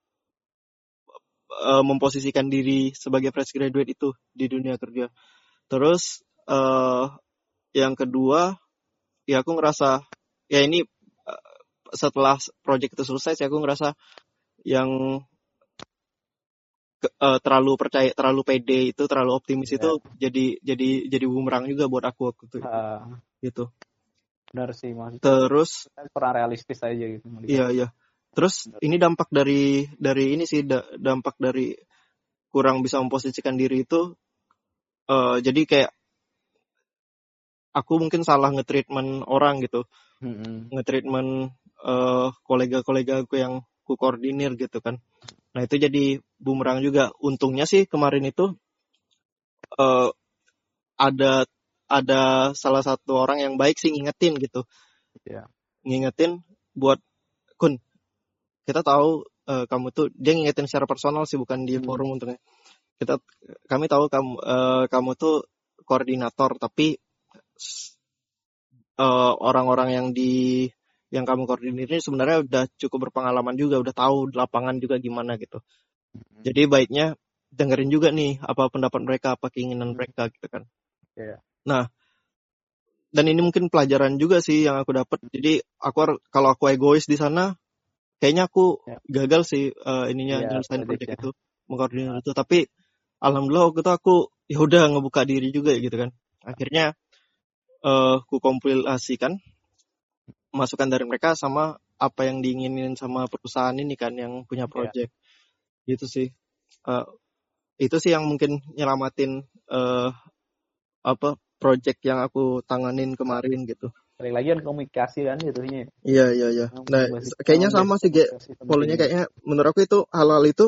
uh, memposisikan diri sebagai fresh graduate itu di dunia kerja. Terus uh, yang kedua, ya aku ngerasa ya ini uh, setelah project itu selesai, sih aku ngerasa yang ke- uh, terlalu percaya, terlalu pede itu, terlalu optimis itu Iya. jadi jadi jadi bumerang juga buat aku waktu itu Ah, gitu. benar sih, maksudnya Terus kita kurang realistis aja gitu melihat. iya iya. Terus ini dampak dari dari ini sih da- dampak dari kurang bisa memposisikan diri itu uh, jadi kayak aku mungkin salah nge-treatment orang gitu. Hmm. Nge-treatment uh, kolega-kolega aku yang ku koordinir gitu kan. Nah, itu jadi bumerang juga. Untungnya sih kemarin itu uh, ada ada salah satu orang yang baik sih ngingetin gitu. Iya. Ngingetin buat Kun, kita tahu uh, kamu tuh dia ngingetin secara personal sih bukan di Hmm. forum untungnya. Kita kami tahu kamu uh, kamu tuh koordinator tapi uh, orang-orang yang di yang kamu koordinir ini sebenarnya udah cukup berpengalaman juga, udah tahu lapangan juga gimana gitu. Hmm. Jadi baiknya dengerin juga nih apa pendapat mereka, apa keinginan Hmm. mereka gitu kan. Iya. Nah, dan ini mungkin pelajaran juga sih yang aku dapat. Jadi aku kalau aku egois di sana, kayaknya aku Ya. gagal sih uh, ininya Iya, nyelesain project project ya. itu, mengkoordinir itu. Tapi alhamdulillah waktu itu aku ya udah ngebuka diri juga gitu kan. Akhirnya uh, ku kompilasikan masukan dari mereka sama apa yang diinginin sama perusahaan ini kan yang punya Iya. project gitu sih. Uh, itu sih yang mungkin nyelamatin uh, apa project yang aku tanganin kemarin gitu. Balik lagi kan komunikasi kan jatuhnya. Iya iya iya. Memang Nah basic- kayaknya memang sama basic sih Ge. komunikasi penting. Polanya kayaknya menurut aku itu hal-hal itu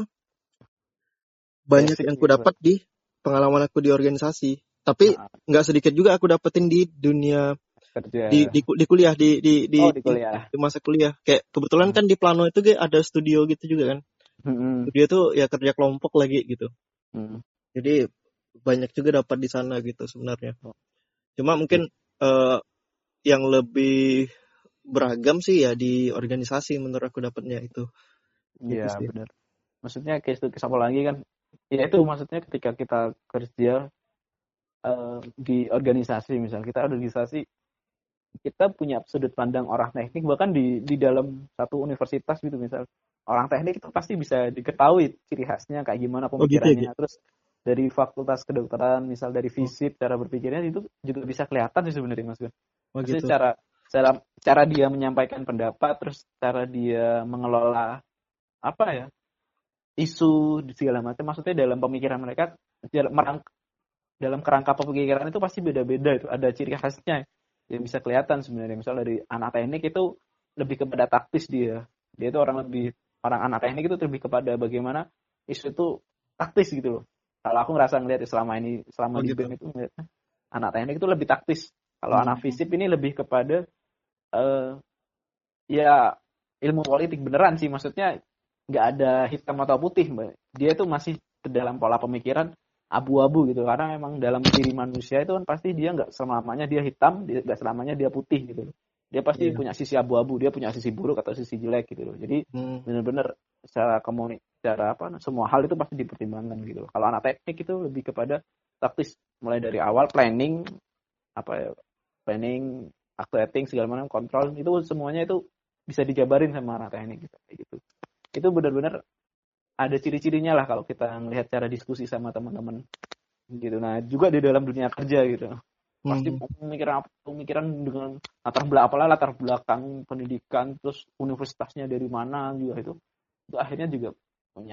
banyak Basic yang sih aku itu. dapat di pengalaman aku di organisasi. Tapi Nah, nggak sedikit juga aku dapetin di dunia kerja. di di, di kuliah di di di, Oh, di di, kuliah. di masa kuliah. Kayak kebetulan Hmm. kan di Plano itu Ge ada studio gitu juga kan. Hmm. Studio tuh ya kerja kelompok lagi gitu. Hmm. Jadi banyak juga dapat di sana gitu sebenarnya. Oh. Cuma mungkin uh, yang lebih beragam sih ya di organisasi menurut aku dapatnya itu. Gitu Iya, sih. benar. Maksudnya case to case apa lagi kan? Ya itu maksudnya ketika kita kerja uh, di organisasi, misal kita organisasi, kita punya sudut pandang orang teknik, bahkan di di dalam satu universitas gitu, misal orang teknik itu pasti bisa diketahui ciri khasnya kayak gimana Oh gitu ya, pemikirannya. Ge? Terus dari fakultas kedokteran, misal dari Oh, fisip, cara berpikirnya itu juga bisa kelihatan sih sebenarnya, Mas Gun. oh Maksudnya gitu. cara cara cara dia menyampaikan pendapat, terus cara dia mengelola apa ya, isu segala macam, maksudnya dalam pemikiran mereka, dalam merang- dalam kerangka pemikiran itu pasti beda-beda, itu ada ciri khasnya. ya bisa kelihatan sebenarnya. Misal dari anak teknik itu lebih kepada taktis dia. Dia itu orang lebih orang anak teknik itu lebih kepada bagaimana isu itu taktis gitu loh. Kalau aku ngerasa ngelihat selama ini selama Oh di gitu. B E M itu ngelihat anak teknik itu lebih taktis. Kalau Hmm. anak fisip ini lebih kepada uh, ya ilmu politik beneran sih, maksudnya nggak ada hitam atau putih, Mbak. Dia tuh masih dalam pola pemikiran abu-abu gitu, karena memang dalam diri manusia itu kan pasti dia nggak selamanya dia hitam, dia nggak selamanya dia putih gitu. Dia pasti Iya. punya sisi abu-abu, dia punya sisi buruk atau sisi jelek gitu loh. Jadi Hmm. bener-bener secara komunik, secara apa, semua hal itu pasti dipertimbangkan gitu loh. Kalau anak teknik itu lebih kepada taktis, mulai dari awal planning, apa ya, planning, acting segala macam, kontrol itu semuanya itu bisa dijabarin sama anak teknik gitu. gitu. Itu benar-benar ada ciri-cirinya lah kalau kita ngelihat cara diskusi sama teman-teman gitu. Nah, juga di dalam dunia kerja gitu. Pasti Hmm. pemikiran pemikiran dengan latar belakang apalah latar belakang pendidikan, terus universitasnya dari mana juga itu. Itu akhirnya juga punya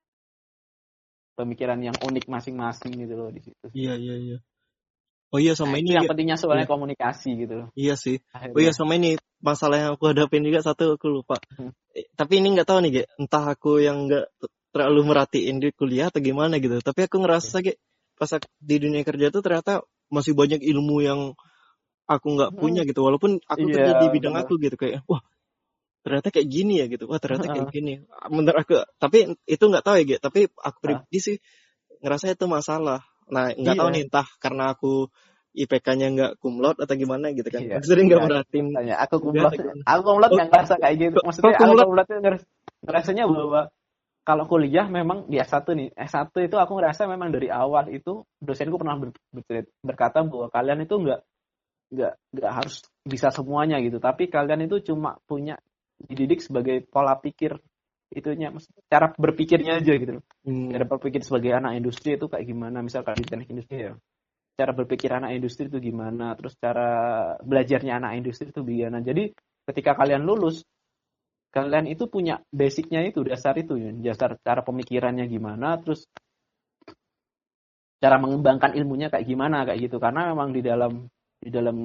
pemikiran yang unik masing-masing gitu loh di situ. Iya, iya, iya. Oh iya, sama Nah, ini itu yang ya. pentingnya soalnya Iya. komunikasi gitu loh. Iya sih. Oh iya, Akhirnya. sama ini masalah yang aku hadapin juga satu, aku lupa. Hmm. Eh, tapi ini nggak tahu nih, Ge. Entah aku yang nggak terlalu merhatiin di kuliah atau gimana gitu. Tapi aku ngerasa, Ge, pas aku di dunia kerja tuh ternyata masih banyak ilmu yang aku nggak punya gitu. Walaupun aku Iya, kerja di bidang benar. aku gitu, kayak wah ternyata kayak gini ya gitu. Wah ternyata kayak gini. Menurut aku, tapi itu nggak tahu ya, Ge. Tapi aku pribadi sih ngerasa itu masalah. Nah, nggak tahu Iya. nih, entah karena aku I P K-nya nggak cum laude atau gimana gitu kan. Iya, Sering nggak iya. merhatiin. Tanya, aku Kuliah kumlot, atau gimana. aku kumlot Oh, nggak ngerasa kayak gitu. kok, kok Maksudnya cum aku laude? kumlot itu ngeras- ngerasanya bahwa kalau kuliah memang di S satu nih, S satu itu aku ngerasa memang dari awal itu dosenku pernah ber, ber- berkata bahwa kalian itu nggak nggak nggak harus bisa semuanya gitu, tapi kalian itu cuma punya dididik sebagai pola pikir itunya, maksudnya cara berpikirnya aja gitu loh. Hmm. Cara berpikir sebagai anak industri itu kayak gimana, misalkan di teknik industri ya. Cara berpikir anak industri itu gimana, terus cara belajarnya anak industri itu gimana. Jadi ketika kalian lulus, kalian itu punya basicnya itu, dasar itu ya, dasar cara pemikirannya gimana, terus cara mengembangkan ilmunya kayak gimana kayak gitu. Karena memang di dalam di dalam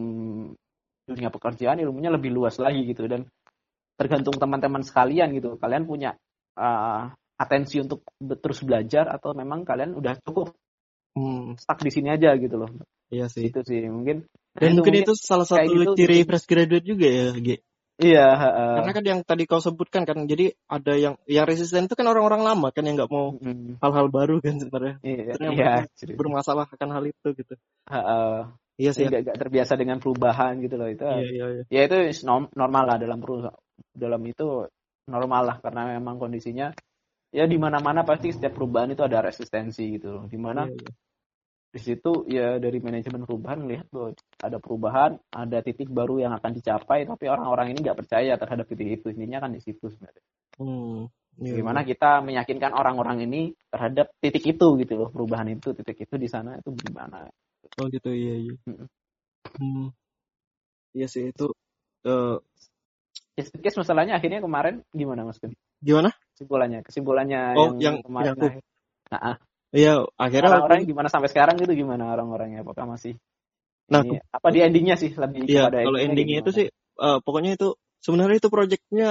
dunia pekerjaan ilmunya lebih luas lagi gitu, dan tergantung teman-teman sekalian gitu. Kalian punya uh, atensi untuk terus belajar atau memang kalian udah cukup Hmm. stuck di sini aja gitu loh. Iya sih. Itu sih mungkin. Nah, Dan itu mungkin mungkin itu salah satu gitu, ciri gitu. fresh graduate juga ya, G. Iya. Uh, Karena kan yang tadi kau sebutkan kan, jadi ada yang yang resisten itu kan orang-orang lama kan yang nggak mau mm, hal-hal baru kan sebenarnya. iya, Ternyata iya, mereka bermasalah akan hal itu gitu. uh, Iya sih. nggak nggak terbiasa dengan perubahan gitu loh itu. Iya, iya, iya. Ya itu normal lah dalam perusahaan, dalam itu normal lah, karena memang kondisinya ya di mana-mana pasti setiap perubahan itu ada resistensi gitu loh. Di mana Iya, iya. di situ ya dari manajemen perubahan melihat bahwa ada perubahan, ada titik baru yang akan dicapai, tapi orang-orang ini nggak percaya terhadap titik itu. Intinya kan di situ sebenarnya. Hmm, iya, Bagaimana iya. kita meyakinkan orang-orang ini terhadap titik itu gitu loh, perubahan itu, titik itu di sana itu gimana. Oh gitu, iya, iya. Mm-mm. Hmm. Iya sih itu. Uh, Case masalahnya akhirnya kemarin gimana Mas Kun? Gimana? Kesimpulannya, kesimpulannya Oh, yang, yang kemarin. yang aku. Akhir. Nah, iya, akhirnya orang-orang aku, gimana sampai sekarang gitu, gimana orang-orangnya? Apakah masih nah, ini apa di endingnya sih, lebih iya, kepada kalau endingnya, endingnya itu gimana? sih uh, pokoknya itu sebenarnya itu proyeknya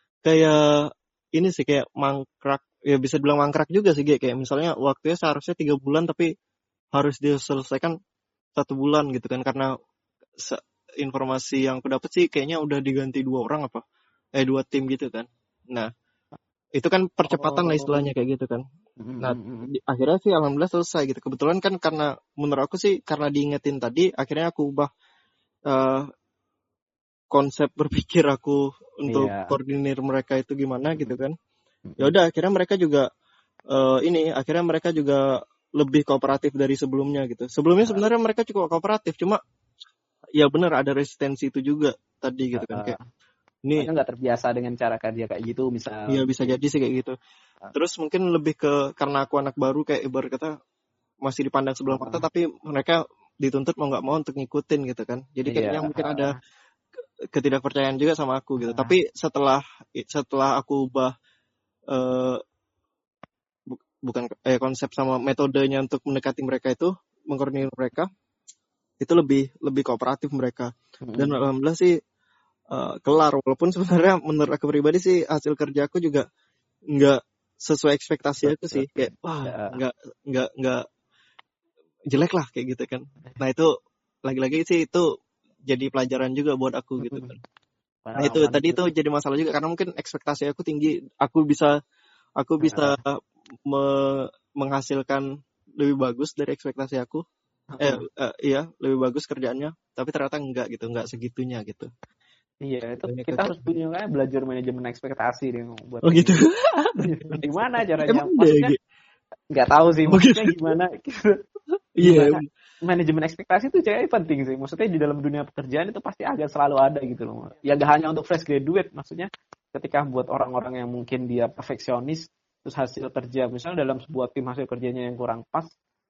kayak ini sih, kayak mangkrak, ya bisa dibilang mangkrak juga sih, kayak misalnya waktunya seharusnya tiga bulan tapi harus diselesaikan satu bulan gitu kan, karena se- informasi yang aku dapat sih kayaknya udah diganti dua orang apa eh dua tim gitu kan. Nah itu kan percepatan lah istilahnya kayak gitu kan. Nah di, akhirnya sih alhamdulillah selesai gitu. Kebetulan kan karena menurut aku sih karena diingetin tadi, akhirnya aku ubah uh, konsep berpikir aku untuk Iya. koordinir mereka itu gimana gitu kan. Ya udah akhirnya mereka juga uh, ini akhirnya mereka juga lebih kooperatif dari sebelumnya gitu. Sebelumnya sebenarnya mereka cukup kooperatif, cuma ya benar ada resistensi itu juga tadi gitu kan, kayak ini nggak terbiasa dengan cara kerja kayak gitu misal. Iya bisa jadi sih kayak gitu. Terus mungkin lebih ke karena aku anak baru, kayak ibarat kata masih dipandang sebelah mata, tapi mereka dituntut mau nggak mau untuk ngikutin gitu kan. Jadi kayaknya Iya. mungkin ada ketidakpercayaan juga sama aku gitu. Tapi setelah setelah aku ubah uh, bu- bukan eh, konsep sama metodenya untuk mendekati mereka itu, mengkoordinir mereka, itu lebih lebih kooperatif mereka. Mm-mm. Dan alhamdulillah sih uh, kelar, walaupun sebenarnya menurut aku pribadi sih hasil kerja aku juga nggak sesuai ekspektasi aku sih, kayak wah Ya. nggak nggak nggak jelek lah kayak gitu kan. Nah itu lagi-lagi sih itu jadi pelajaran juga buat aku gitu kan. Nah itu Pengalaman tadi itu. itu jadi masalah juga karena mungkin ekspektasi aku tinggi, aku bisa aku bisa me- menghasilkan lebih bagus dari ekspektasi aku. Eh, eh iya lebih bagus kerjaannya, tapi ternyata enggak gitu, enggak segitunya gitu. Iya, itu Banyak kita kayak harus punya kayak belajar manajemen ekspektasi nih buat oh ini. gitu. Gimana caranya? Emang ada ya, Maksudnya Gi? nggak tahu sih, Oh maksudnya gitu. gimana? Iya. Gimana manajemen ekspektasi itu kayaknya penting sih. Maksudnya di dalam dunia pekerjaan itu pasti agak selalu ada gitu loh. Ya gak hanya untuk fresh graduate, maksudnya ketika buat orang-orang yang mungkin dia perfeksionis, terus hasil kerja misalnya dalam sebuah tim hasil kerjanya yang kurang pas,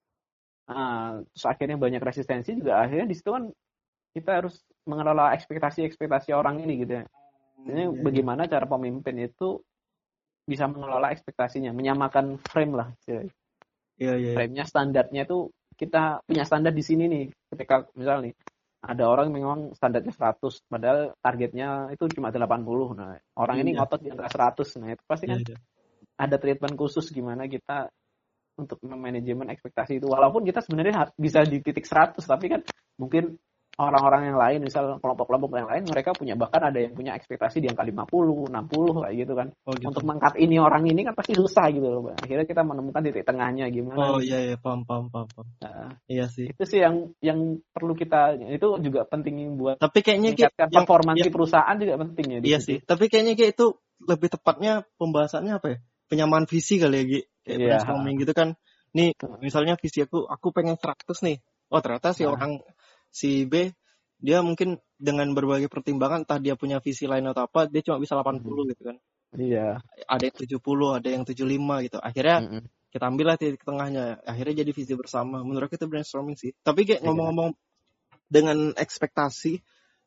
nah, terus akhirnya banyak resistensi juga, akhirnya di situ kan kita harus mengelola ekspektasi-ekspektasi orang ini gitu ya. Ini Iya, iya. bagaimana cara pemimpin itu bisa mengelola ekspektasinya, menyamakan frame lah. Iya, iya. iya. Frame-nya, standarnya itu kita punya standar di sini nih. Ketika misalnya nih, ada orang memang standarnya seratus, padahal targetnya itu cuma delapan puluh. Nah, orang ini Iya. ngotot di angka seratus. Nah, itu pasti kan Iya, iya. ada treatment khusus gimana kita untuk memanajemen ekspektasi itu. Walaupun kita sebenarnya bisa di titik seratus, tapi kan mungkin orang-orang yang lain, misal kelompok-kelompok yang lain, mereka punya, bahkan ada yang punya ekspektasi di angka lima puluh, enam puluh kayak gitu kan. Oh gitu. Untuk mengangkat ini orang ini kan pasti susah gitu loh. Akhirnya kita menemukan titik tengahnya gimana. Oh nih. iya iya paham paham paham. paham. Nah, Iya sih. itu sih yang yang perlu kita, itu juga penting buat Tapi kayaknya kayak meningkatkan yang, performansi yang perusahaan juga penting ya di iya situ. sih. Tapi kayaknya kayak itu lebih tepatnya pembahasannya apa ya? Penyamaan visi kali ya, Gi. Kayak Iya. brainstorming gitu kan. Nih, misalnya visi aku, aku pengen seratus nih. Oh, ternyata si Nah. orang si B dia mungkin dengan berbagai pertimbangan, entah dia punya visi lain atau apa, dia cuma bisa delapan puluh gitu kan. Iya. Ada yang tujuh puluh, ada yang tujuh puluh lima gitu. Akhirnya Mm-mm. kita ambil lah titik tengahnya. Akhirnya jadi visi bersama. Menurut aku itu brainstorming sih. Tapi kayak ngomong-ngomong dengan ekspektasi,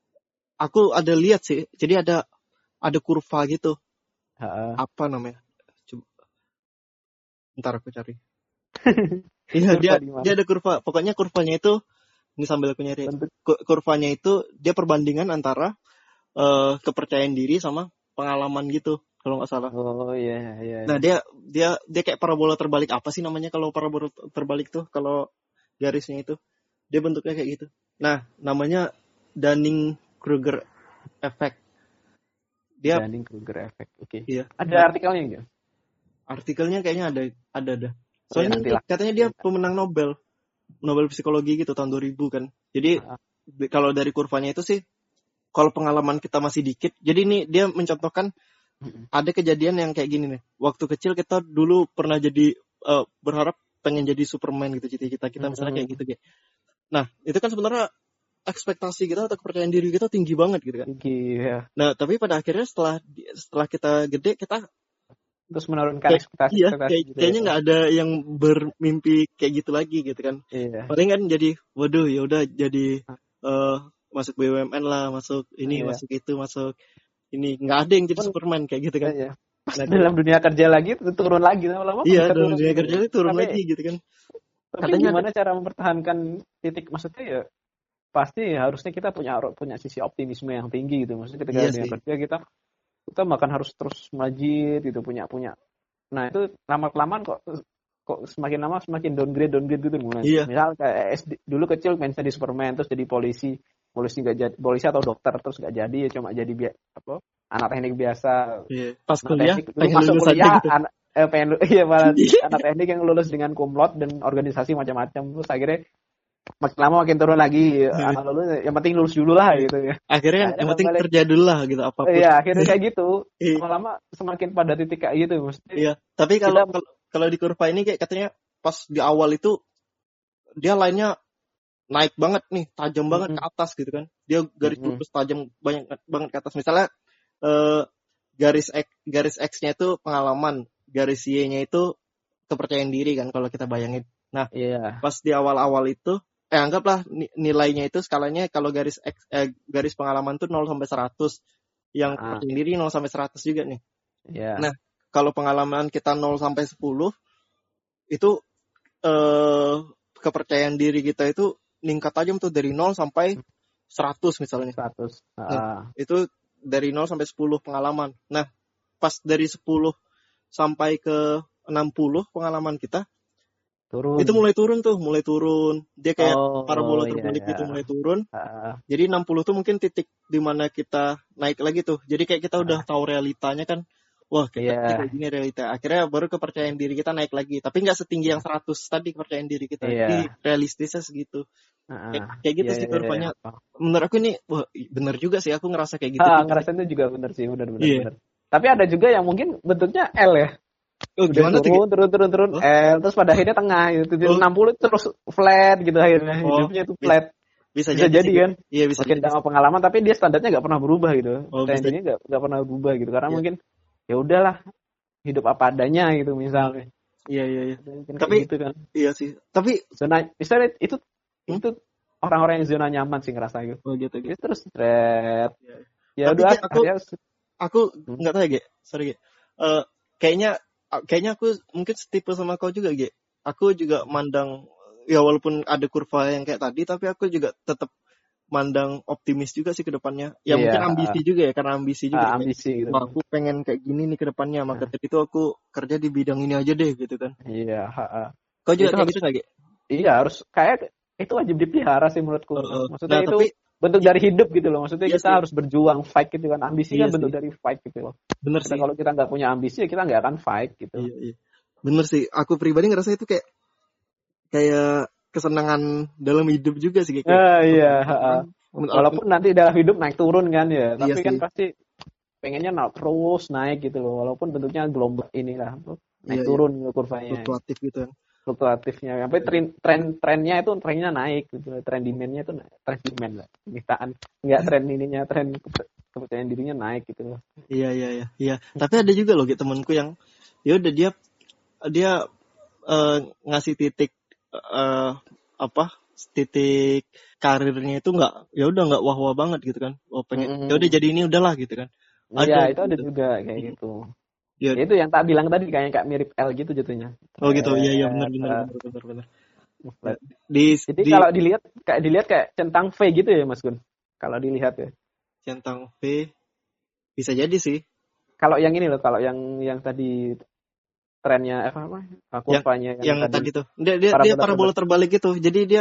aku ada lihat sih. Jadi ada ada kurva gitu. Ha-ha. Apa namanya? Coba. Ntar aku cari. Iya, dia dia ada kurva. Pokoknya kurvanya itu, ini sambil aku nyari. Bentuk. Kurvanya itu dia perbandingan antara uh, kepercayaan diri sama pengalaman gitu, kalau nggak salah. Oh iya iya. Nah dia dia dia kayak parabola terbalik. Apa sih namanya kalau parabola terbalik tuh? Kalau garisnya itu dia bentuknya kayak gitu. Nah namanya Dunning-Kruger effect. Dia Dunning-Kruger effect. Oke. Okay. Iya. Ada Nah, artikelnya enggak? Artikelnya kayaknya ada ada ada. Oh, ya, Soalnya nantilah. katanya dia pemenang Nobel. Nobel psikologi gitu tahun dua ribu kan. Jadi Ah. kalau dari kurvanya itu sih, kalau pengalaman kita masih dikit, jadi ini dia mencontohkan Mm-mm. ada kejadian yang kayak gini nih. Waktu kecil kita dulu pernah jadi uh, berharap pengen jadi Superman gitu, cita-cita kita misalnya kayak gitu kayak. Nah itu kan sebenarnya ekspektasi kita atau kepercayaan diri kita tinggi banget gitu kan. Tinggi ya. Nah tapi pada akhirnya setelah setelah kita gede kita Terus menurunkan kayak, ekspektasi. iya, ekspektasi kayak, gitu kayaknya ya. nggak ada yang bermimpi kayak gitu lagi gitu kan. Iya. Paling kan jadi, waduh ya udah jadi uh, masuk B U M N lah, masuk ini, Iya. masuk itu, masuk ini. Nggak ada yang jadi Pun, Superman kayak gitu kan. Iya. Pas Nah, dalam dunia kerja lagi turun lagi lama-lama. iya, bisa dalam turun dunia gitu. kerja itu turun Tapi- lagi gitu kan. Tapi Katanya gimana cara mempertahankan titik, maksudnya ya pasti harusnya kita punya punya sisi optimisme yang tinggi gitu. Maksudnya ketika Iya dunia sih. kerja kita kita bahkan harus terus melajit gitu, punya punya. Nah itu lama-kelamaan kok kok semakin lama semakin downgrade downgrade gitu mulai. Iya. Misal kayak S D, dulu kecil main jadi Superman terus jadi polisi, polisi nggak jadi polisi atau dokter terus nggak jadi ya cuma jadi bi- apa anak teknik biasa. Iya. Pas Anak kuliah teknik, lu pengen masuk lulus kuliah aja gitu. anak eh, pengen lu- iya malah anak teknik yang lulus dengan cum laude dan organisasi macam-macam, terus akhirnya makin lama makin turun lagi. Anak lulus yang penting lulus dulu lah gitu ya. Akhirnya kan Akhirnya yang penting balik. kerja dulu lah gitu apapun. Iya akhirnya kayak gitu. Iya. Lama-lama semakin pada titik kayak gitu mesti. Iya. Tapi kalau Kita- kalau kalau di kurva ini kayak katanya pas di awal itu dia lainnya naik banget nih, tajam banget Mm-mm. ke atas gitu kan. Dia garis Mm-mm. lurus tajam banyak banget ke atas. Misalnya eh, garis X, garis X-nya itu pengalaman, garis Y-nya itu kepercayaan diri kan kalau kita bayangin. Nah, Iya. pas di awal-awal itu eh anggaplah ni- nilainya itu skalanya kalau garis X, eh, garis pengalaman tuh nol sampai seratus. Yang Ah. kepercayaan diri nol sampai seratus juga nih. Iya. Nah, kalau pengalaman kita nol sampai sepuluh itu eh kepercayaan diri kita itu ningkat tajam tuh dari nol sampai seratus misalnya. seratus. Nah, Ah, itu dari nol sampai sepuluh pengalaman. Nah, pas dari sepuluh sampai ke enam puluh pengalaman kita, turun. itu mulai turun tuh, mulai turun. Dia kayak Oh, parabola iya terbalik ya. gitu, mulai turun. Ah, Jadi enam puluh tuh mungkin titik di mana kita naik lagi tuh. Jadi kayak kita udah tahu realitanya kan. Wah, kayak, iya. kayak gini realita. Akhirnya baru kepercayaan diri kita naik lagi. Tapi nggak setinggi yang seratus tadi kepercayaan diri kita. Iya. Jadi realistisnya segitu. Ah, Kayak, kayak gitu iya, sih iya, kurvanya. iya. Menurut aku ini, wah bener juga sih. Aku ngerasa kayak gitu Ah, juga. ngerasain itu juga bener sih, bener bener Iya. bener. Tapi ada juga yang mungkin bentuknya L ya. Oh, Udah gimana tuh? turun, Ge? turun, turun, turun, Oh. L, terus pada akhirnya tengah gitu. Di Oh. enam puluh terus flat gitu akhirnya. Oh, Hidupnya itu bisa, flat. bisa, Bisa jadi, jadi sih. kan. Iya, bisa Makin jadi. lama pengalaman tapi dia standarnya nggak pernah berubah gitu. Oh, bisa. Standarnya nggak nggak pernah berubah gitu. Karena Iya. mungkin ya udahlah hidup apa adanya gitu misalnya. Iya, iya, iya. Mungkin Tapi kayak gitu kan. iya sih. Tapi Zona misalnya itu Hmm? itu orang-orang yang zona nyaman sih ngerasa gitu. oh gitu gitu. Jadi terus thread. Iya. Ya Tapi, udah Ge, aku akhirnya aku Hmm. nggak tahu ya, Ge. Sorry, Ge. Eh, kayaknya kayaknya aku mungkin setipe sama kau juga, Ge. Aku juga mandang ya walaupun ada kurva yang kayak tadi, tapi aku juga tetap mandang optimis juga sih ke depannya. Ya Iya, mungkin ambisi juga ya, karena ambisi juga. ah, Kayak, ambisi gitu. wah, aku pengen kayak gini nih ke depannya. Maka dari itu aku kerja di bidang ini aja deh gitu kan. Iya, ha, ha. Kau juga Itu kayak harus gitu nggak, Ge? iya harus kayak itu wajib dipelihara sih menurutku. Uh, uh. Maksudnya Nah, itu tapi bentuk dari hidup gitu loh. Maksudnya iya kita sih. harus berjuang, fight gitu kan. Ambisi Iya kan bentuk sih. dari fight gitu loh. Bener Kita sih. kalau kita nggak punya ambisi ya kita nggak akan fight gitu. Iya, iya. Bener sih. Aku pribadi ngerasa itu kayak kayak kesenangan dalam hidup juga sih kayak. Ah, iya, ha, ha. Menurut aku- Walaupun nanti dalam hidup naik turun kan ya, Iya tapi kan sih. pasti pengennya na- terus naik gitu loh. Walaupun bentuknya gelombang inilah naik Iya, turun kurvanya. fluktuatif gitu kan. Fluktuatifnya sampai tren tren trennya itu trennya naik gitu. Tren demandnya itu naik. Tren demand lah permintaan nggak tren ininya tren keper- kepercayaan dirinya naik gitu loh. Iya, iya, iya. Iya. Tapi ada juga loh gitu temanku yang ya udah dia dia eh, ngasih titik eh, apa? Titik karirnya itu nggak ya udah nggak wah-wah banget gitu kan. Oh pengen Mm-mm. ya udah jadi ini udahlah gitu kan. Iya, itu gitu. ada juga kayak Hmm. gitu. Ya. Ya, itu yang tak bilang tadi kayak kayak mirip L gitu jatuhnya. Oh gitu. Iya, iya, Eh, benar, benar, eh, benar, benar, benar. flat. Di Jadi di kalau dilihat kayak dilihat kayak centang V gitu ya Mas Gun. Kalau dilihat ya. centang V bisa jadi sih. Kalau yang ini loh, kalau yang yang tadi trennya apa apa? Yang Kurvanya yang, yang tadi. tadi tuh. Dia dia Parabola dia parabola terbalik gitu. Jadi dia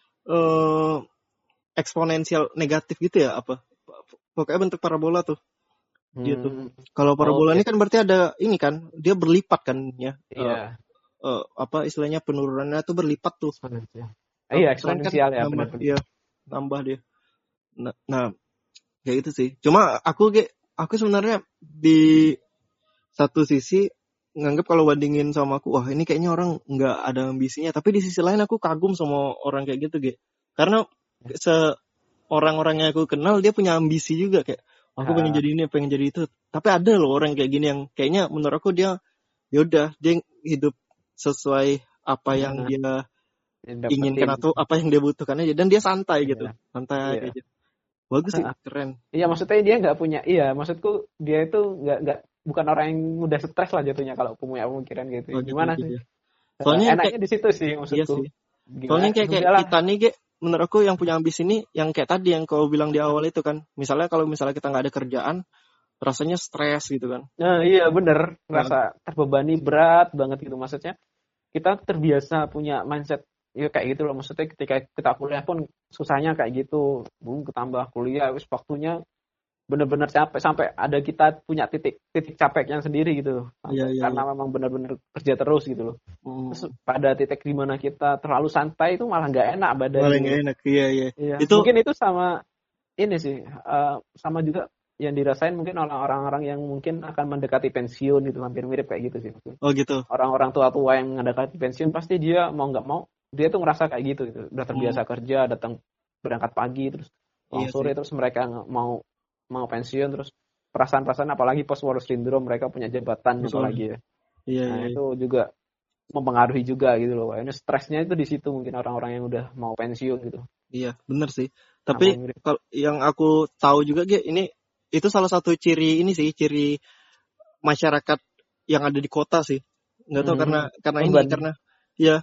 eh eksponensial negatif gitu ya apa? Pokoknya bentuk parabola tuh. Gitu. Hmm, Kalau parabola oke. ini kan berarti ada ini kan, dia berlipat kan ya. Eh, Iya. eh, apa istilahnya penurunannya tuh berlipat tuh. Eksponensial. Iya, Tren kan eksponensial ya nambah, benar-benar. iya, nambah dia. Nah, nah, kayak gitu sih. Cuma aku ge- aku sebenarnya di satu sisi nganggap kalau bandingin sama aku, wah ini kayaknya orang nggak ada ambisinya. Tapi di sisi lain aku kagum sama orang kayak gitu, Ge. Karena se orang-orang yang aku kenal dia punya ambisi juga kayak aku pengen Ah. jadi ini, pengen jadi itu. Tapi ada loh orang kayak gini yang kayaknya menurut aku dia yaudah dia hidup sesuai apa yang Nah, dia yang dapetin. inginkan atau apa yang dia butuhkan aja dan dia santai Iya. gitu, santai Iya. aja. Bagus sih, Ah. keren. Iya, maksudnya dia nggak punya. Iya, maksudku dia itu nggak nggak bukan orang yang mudah stres lah jatuhnya kalau punya pemikiran gitu. Oh, gitu, Gimana gitu sih? ya. Soalnya Eh, enaknya kayak di situ sih iya maksudku. sih. Gimana? Soalnya kayak kayak Udahlah. kita nih, Ge, menurut aku yang punya ambisi ini yang kayak tadi yang kau bilang di awal itu kan. Misalnya kalau misalnya kita nggak ada kerjaan, rasanya stres gitu kan. Nah, iya bener, ngerasa terbebani berat banget gitu maksudnya. Kita terbiasa punya mindset ya kayak gitu loh, maksudnya ketika kita kuliah pun susahnya kayak gitu, belum ketambah kuliah, wis waktunya bener-bener capek sampai ada kita punya titik titik capeknya sendiri gitu, Iya, iya, karena memang bener-bener kerja terus gitu loh. Hmm. Terus pada titik di mana kita terlalu santai itu malah nggak enak badan. Malah gitu. nggak enak, iya iya. Iya. Itu Mungkin itu sama ini sih, eh, sama juga yang dirasain mungkin oleh orang-orang yang mungkin akan mendekati pensiun gitu, hampir mirip kayak gitu sih. oh gitu. Orang-orang tua-tua yang mendekati pensiun pasti dia mau nggak mau dia tuh ngerasa kayak gitu gitu. Udah terbiasa kerja, datang berangkat pagi terus pulang Iya sore sih. terus mereka nggak mau mau pensiun terus perasaan-perasaan apalagi post war syndrome mereka punya jabatan Betul. apalagi ya. Iya Nah, iya. itu juga mempengaruhi juga gitu loh. Ini stresnya itu di situ mungkin orang-orang yang udah mau pensiun gitu. Iya, bener sih. Sama Tapi mirip. kalau yang aku tahu juga, Ge, ini itu salah satu ciri ini sih, ciri masyarakat yang ada di kota sih. Nggak tahu Hmm. karena karena Oh, ini Bandung. karena ya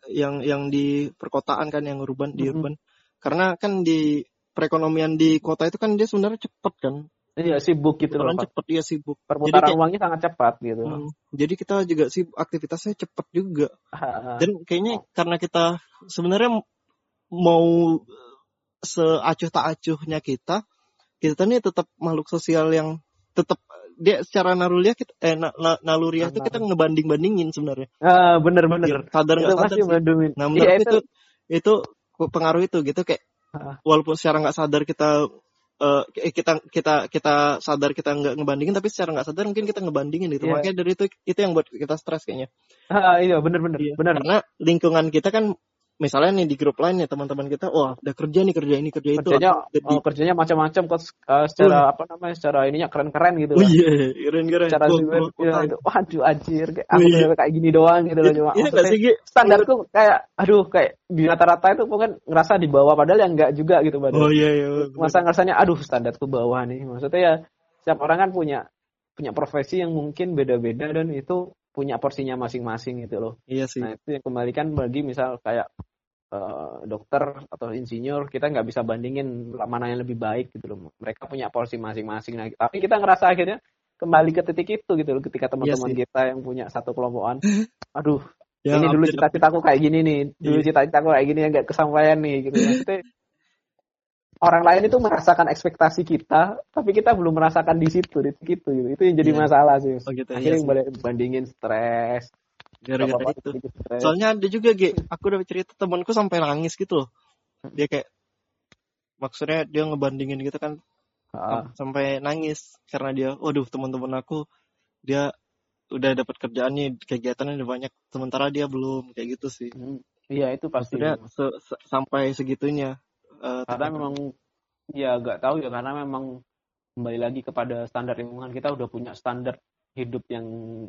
yang yang di perkotaan kan, yang urban di Mm-mm. urban. Karena kan di perekonomian di kota itu kan dia sebenarnya cepat kan. Iya sibuk gitu loh Perputaran Pak. cepat, dia sibuk. Jadi Perputaran kayak uangnya sangat cepat gitu. hmm, jadi kita juga sibuk, aktivitasnya cepat juga. Ah, Dan kayaknya oh, karena kita sebenarnya mau seacuh tak acuhnya kita, kita nih tetap makhluk sosial yang tetap dia secara naluriah kita eh na, na, naluriah itu kita ah, ngebanding-bandingin sebenarnya. ah, Ya, bener-bener. sadar Itu nggak sadar pasti sih. bantuin. Nah, Iya menurut aku itu. itu itu pengaruh itu gitu, kayak Ah, walaupun secara nggak sadar kita eh, eh, kita kita kita sadar kita nggak ngebandingin, tapi secara nggak sadar mungkin kita ngebandingin gitu. Iya. Makanya dari itu itu yang buat kita stres kayaknya. Ah, iya bener-bener. Iya. Bener. Karena lingkungan kita kan misalnya nih di grup lain ya teman-teman kita, wah udah kerja nih, kerja ini kerja itu, Kerjanya atau jadi oh, kerjanya macam-macam kok uh, secara apa namanya secara ininya keren-keren gitu oh lah. iya keren-keren Secara keluar sifat keluar ya kota. itu waduh anjir kayak Oh aku iya, tuh kayak gini doang gitu loh Iya- cuma iya nggak maksudnya sih Gi? standarku kayak aduh kayak di rata-rata itu kan ngerasa di bawah padahal yang enggak juga gitu Oh padahal. iya iya Masa benar. ngerasanya aduh standarku bawah nih. Maksudnya ya setiap orang kan punya punya profesi yang mungkin beda-beda dan itu punya porsinya masing-masing gitu loh. Iya sih. Nah, itu yang kembalikan bagi misal kayak eh, dokter atau insinyur, kita nggak bisa bandingin mana yang lebih baik gitu loh. Mereka punya porsi masing-masing. Nah, tapi kita ngerasa akhirnya kembali ke titik itu gitu loh, ketika Iya teman-teman sih. kita yang punya satu kelompokan, aduh, Ya ini dulu update update. cita-citaku kayak gini nih, dulu Iya. cita-citaku kayak gini yang nggak kesampaian nih gitu. Maksudnya orang lain itu merasakan ekspektasi kita, tapi kita belum merasakan di situ, di titik itu gitu. Itu yang jadi Iya. masalah sih. Oh gitu. Iya Akhirnya sih. yang bandingin stres, Gara-gara bapak-bapak itu. sedikit stres. Soalnya ada juga G, aku udah cerita temanku sampai nangis gitu loh. Dia kayak maksudnya dia ngebandingin gitu kan, Ah, sam- sampai nangis karena dia, waduh teman-teman aku dia udah dapat kerjaan nih, kegiatannya udah banyak, sementara dia belum, kayak gitu sih. hmm, iya itu pasti. Maksudnya se- se- sampai segitunya. eh, Karena tekan- memang ya nggak tahu ya karena memang kembali lagi kepada standar lingkungan, kita udah punya standar hidup yang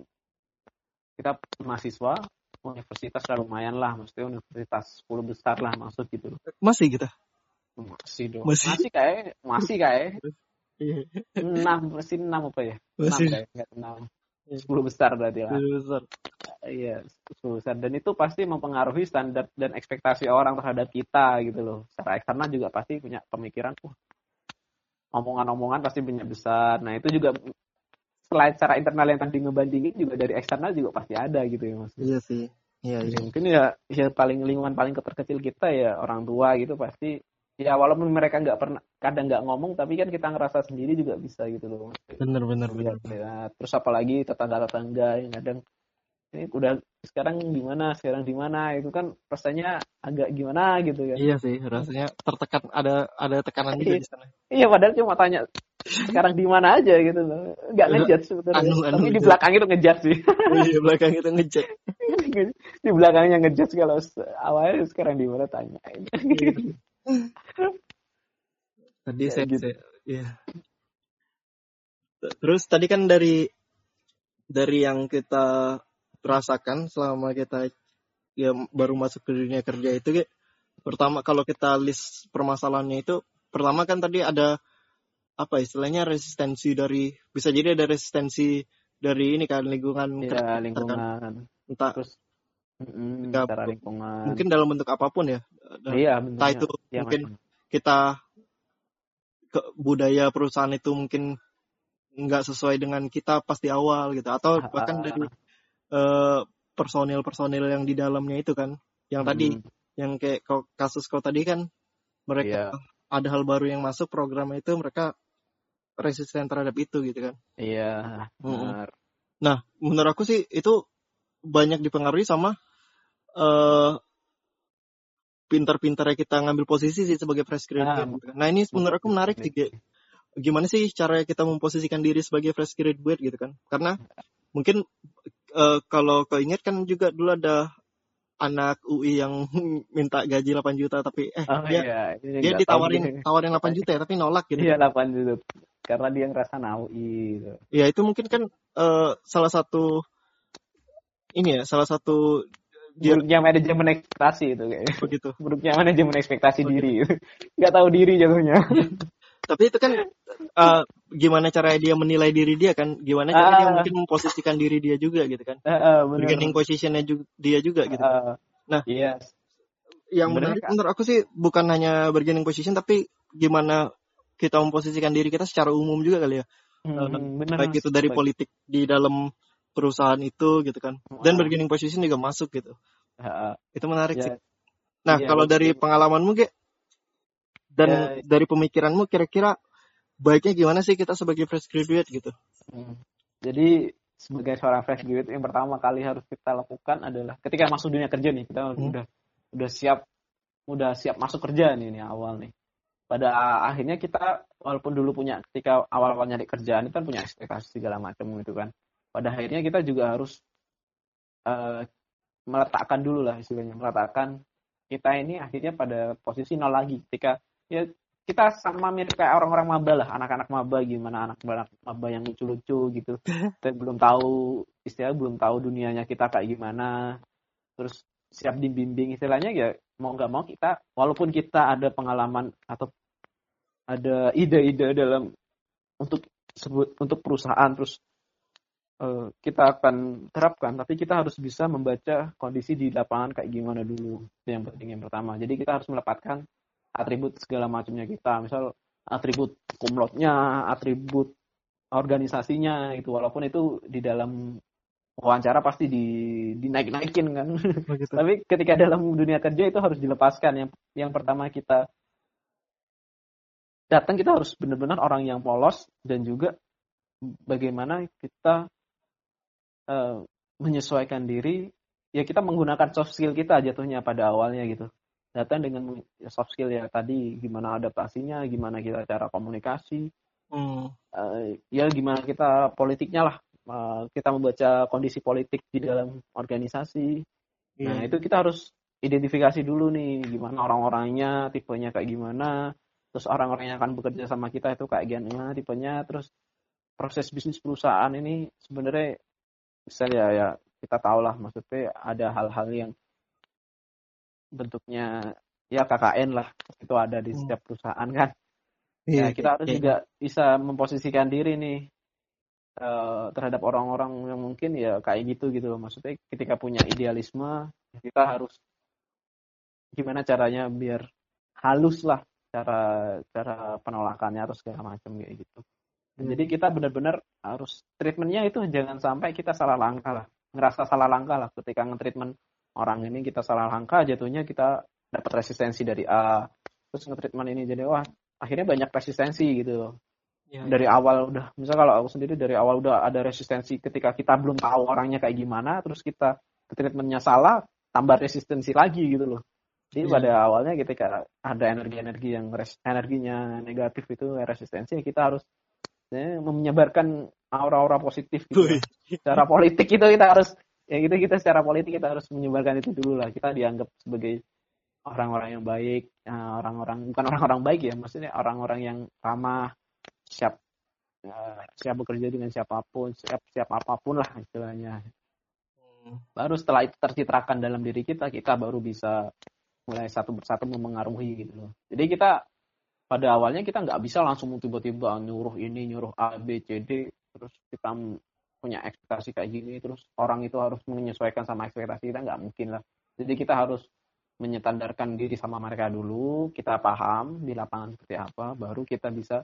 kita mahasiswa universitas lah lumayan lah, maksudnya universitas sepuluh besar lah masuk gitu loh. masih gitu. Masih dong. Masih. Masih kayak masih kayak Iya. enam masih enam apa ya? Enam Masih. kayak enggak enam. Iya. Sepuluh besar berarti lah. Lebih besar. Iya, sepuluh besar dan itu pasti mempengaruhi standar dan ekspektasi orang terhadap kita gitu loh. Secara eksternal juga pasti punya pemikiran, wah, omongan-omongan pasti punya besar. Nah, itu juga selain secara internal yang tadi ngebandingin juga dari eksternal juga pasti ada gitu ya Mas. Iya sih. Iya, Jadi iya. mungkin ya ya paling lingkungan paling terkecil kita ya orang tua gitu pasti ya walaupun mereka nggak pernah kadang nggak ngomong tapi kan kita ngerasa sendiri juga bisa gitu loh. Bener bener bener. Ya, terus apalagi tetangga-tetangga yang kadang ini udah sekarang di mana sekarang di mana itu kan rasanya agak gimana gitu kan. Iya sih, rasanya tertekan, ada ada tekanan juga di sana. Iya padahal cuma tanya sekarang di mana aja gitu loh. Nggak ngejudge sebetulnya. Anu, anu, Tapi di judge. belakang itu ngejudge sih. Oh iya, belakang itu ngecek. Di belakangnya ngejudge kalau awalnya sekarang di mana tanya. Tadi Kayak saya, gitu. saya iya. Terus tadi kan dari dari yang kita rasakan selama kita ya baru masuk ke dunia kerja itu, kayak pertama kalau kita list permasalahannya itu, pertama kan tadi ada apa istilahnya resistensi dari, bisa jadi ada resistensi dari ini kan lingkungan kerja Ya kita kan, lingkungan. entah Terus mm, Ya, secara lingkungan. mungkin dalam bentuk apapun ya. Dan Iya entah bentuknya. itu Ya, mungkin macam. kita ke budaya perusahaan itu mungkin nggak sesuai dengan kita pas di awal gitu, atau bahkan dari eh, personil-personil yang di dalamnya itu kan, yang tadi Mm, yang kayak kau- kasus kau tadi kan, mereka Iya, ada hal baru yang masuk program itu, mereka resisten terhadap itu gitu kan. iya, Mm-mm. benar. Nah, menurut aku sih itu banyak dipengaruhi sama eh pintar-pintarnya kita ngambil posisi sih sebagai fresh graduate. Nah, gitu kan. Nah, ini menurut aku menarik sih, Ge. Gimana sih cara kita memposisikan diri sebagai fresh graduate gitu kan? Karena mungkin eh, kalau kau ingat kan juga dulu ada anak U I yang minta gaji delapan juta, tapi eh Oh dia iya, ini dia nggak tahu ditawarin dia. tawarin delapan juta ya, tapi nolak gitu. Iya delapan juta. Karena dia ngerasa naui gitu. Ya itu mungkin kan eh, salah satu ini ya, salah satu dia Buruknya manajemen ekspektasi itu kayaknya. begitu. Buruknya manajemen ekspektasi Oh, diri. Nggak tahu diri jatuhnya. Tapi itu kan eh, gimana cara dia menilai diri dia kan, gimana cara dia Ah. mungkin memposisikan diri dia juga gitu kan, Heeh, benar. bargaining positionnya juga dia juga gitu. Heeh. Nah, Iya. yang Sebenarnya menarik menurut aku sih bukan hanya bargaining position, tapi gimana kita memposisikan diri kita secara umum juga kali ya. Uh, hmm, bener baik Mas. itu dari Baik. politik di dalam perusahaan itu gitu kan. Dan Wah. bargaining position juga masuk gitu. Ha, Itu menarik ya, sih. Nah, iya, kalau dari betul. pengalamanmu, Ge, dan Ya, dari pemikiranmu kira-kira baiknya gimana sih kita sebagai fresh graduate gitu? hmm. Jadi sebagai seorang fresh graduate yang pertama kali harus kita lakukan adalah ketika masuk dunia kerja nih, kita Hmm. udah udah siap udah siap masuk kerja nih, nih awal nih. Pada akhirnya kita walaupun dulu punya ketika awal-awal nyari kerjaan itu kan punya ekspektasi segala macam gitu kan. Pada akhirnya kita juga harus uh, meletakkan dulu lah istilahnya, meletakkan kita ini akhirnya pada posisi nol lagi ketika ya kita sama mirip kayak orang-orang maba lah, anak-anak maba gimana, anak-anak maba yang lucu-lucu gitu. Dan belum tahu istilahnya belum tahu dunianya kita kayak gimana. Terus siap dibimbing istilahnya ya mau nggak mau kita walaupun kita ada pengalaman atau ada ide-ide dalam untuk sebut untuk perusahaan terus uh, kita akan terapkan, tapi kita harus bisa membaca kondisi di lapangan kayak gimana dulu. Itu yang penting yang pertama. Jadi kita harus mendapatkan atribut segala macamnya kita, misal atribut kumlotnya, atribut organisasinya itu, walaupun itu di dalam wawancara pasti di dinaik-naikin kan. Oh, gitu. Tapi ketika dalam dunia kerja itu harus dilepaskan. Yang yang pertama kita datang kita harus benar-benar orang yang polos dan juga bagaimana kita uh, menyesuaikan diri. Ya kita menggunakan soft skill kita jatuhnya pada awalnya gitu. Datang dengan soft skill ya tadi, gimana adaptasinya, gimana kita cara komunikasi, hmm. uh, ya gimana kita politiknya lah, uh, kita membaca kondisi politik di dalam organisasi. Yeah. Nah itu kita harus identifikasi dulu nih, gimana orang-orangnya, tipenya kayak gimana, terus orang-orang yang akan bekerja sama kita itu kayak gimana tipenya, terus proses bisnis perusahaan ini sebenarnya bisa ya, ya kita tahu lah, maksudnya ada hal-hal yang bentuknya ya K K N lah, itu ada di setiap perusahaan kan. Ya kita harus juga bisa memposisikan diri nih uh, terhadap orang-orang yang mungkin ya kayak gitu gitu. Maksudnya ketika punya idealisme kita harus gimana caranya biar halus lah cara cara penolakannya atau segala macam kayak gitu. Hmm. Jadi kita benar-benar harus treatmentnya itu jangan sampai kita salah langkah lah, ngerasa salah langkah lah ketika nge-treatment orang ini kita salah langkah, jatuhnya kita dapat resistensi dari A, terus nge-treatment ini jadi wah akhirnya banyak resistensi gitu. Ya, dari ya. Awal udah, misal kalau aku sendiri dari awal udah ada resistensi ketika kita belum tahu orangnya kayak gimana, terus kita treatmentnya salah, tambah resistensi lagi gitu loh. Jadi ya. Pada awalnya ketika ada energi-energi yang res, energinya negatif itu resistensi, kita harus ya, menyebarkan aura-aura positif gitu. Secara politik itu kita harus ya gitu kita secara politik kita harus menyebarkan itu dulu lah. Kita dianggap sebagai orang-orang yang baik, orang-orang bukan orang-orang baik ya, maksudnya orang-orang yang ramah, siap uh, siap bekerja dengan siapapun, siap siap apapun lah istilahnya. Hmm. Baru setelah itu tercitrakan dalam diri kita, kita baru bisa mulai satu persatu memengaruhi gitu loh. Jadi kita pada awalnya kita nggak bisa langsung tiba-tiba nyuruh ini, nyuruh A, B, C, D, terus kita punya ekspektasi kayak gini, terus orang itu harus menyesuaikan sama ekspektasi kita, nggak mungkin lah. Jadi kita harus menyetandarkan diri sama mereka dulu, kita paham di lapangan seperti apa, baru kita bisa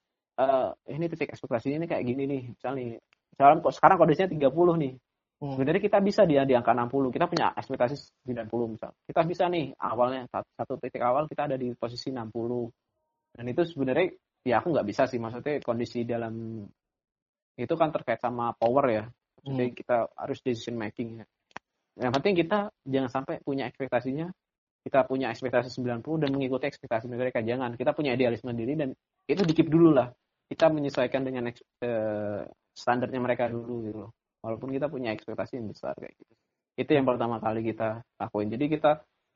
uh, ini titik ekspektasinya ini kayak gini nih, misalnya misalnya kok sekarang kondisinya tiga puluh nih, hmm. sebenarnya kita bisa di, di angka enam puluh, kita punya ekspektasi sembilan puluh misal, kita bisa nih awalnya satu, satu titik awal kita ada di posisi enam puluh, dan itu sebenarnya ya aku nggak bisa sih, maksudnya kondisi dalam itu kan terkait sama power ya, maksudnya hmm. kita harus decision making ya. Yang penting kita jangan sampai punya ekspektasinya, kita punya ekspektasi sembilan puluh dan mengikuti ekspektasi mereka, jangan. Kita punya idealisme diri dan itu dikip dulu lah. Kita menyesuaikan dengan eh, standarnya mereka dulu gitu loh. Walaupun kita punya ekspektasi yang besar kayak gitu. Itu yang pertama kali kita lakuin. Jadi kita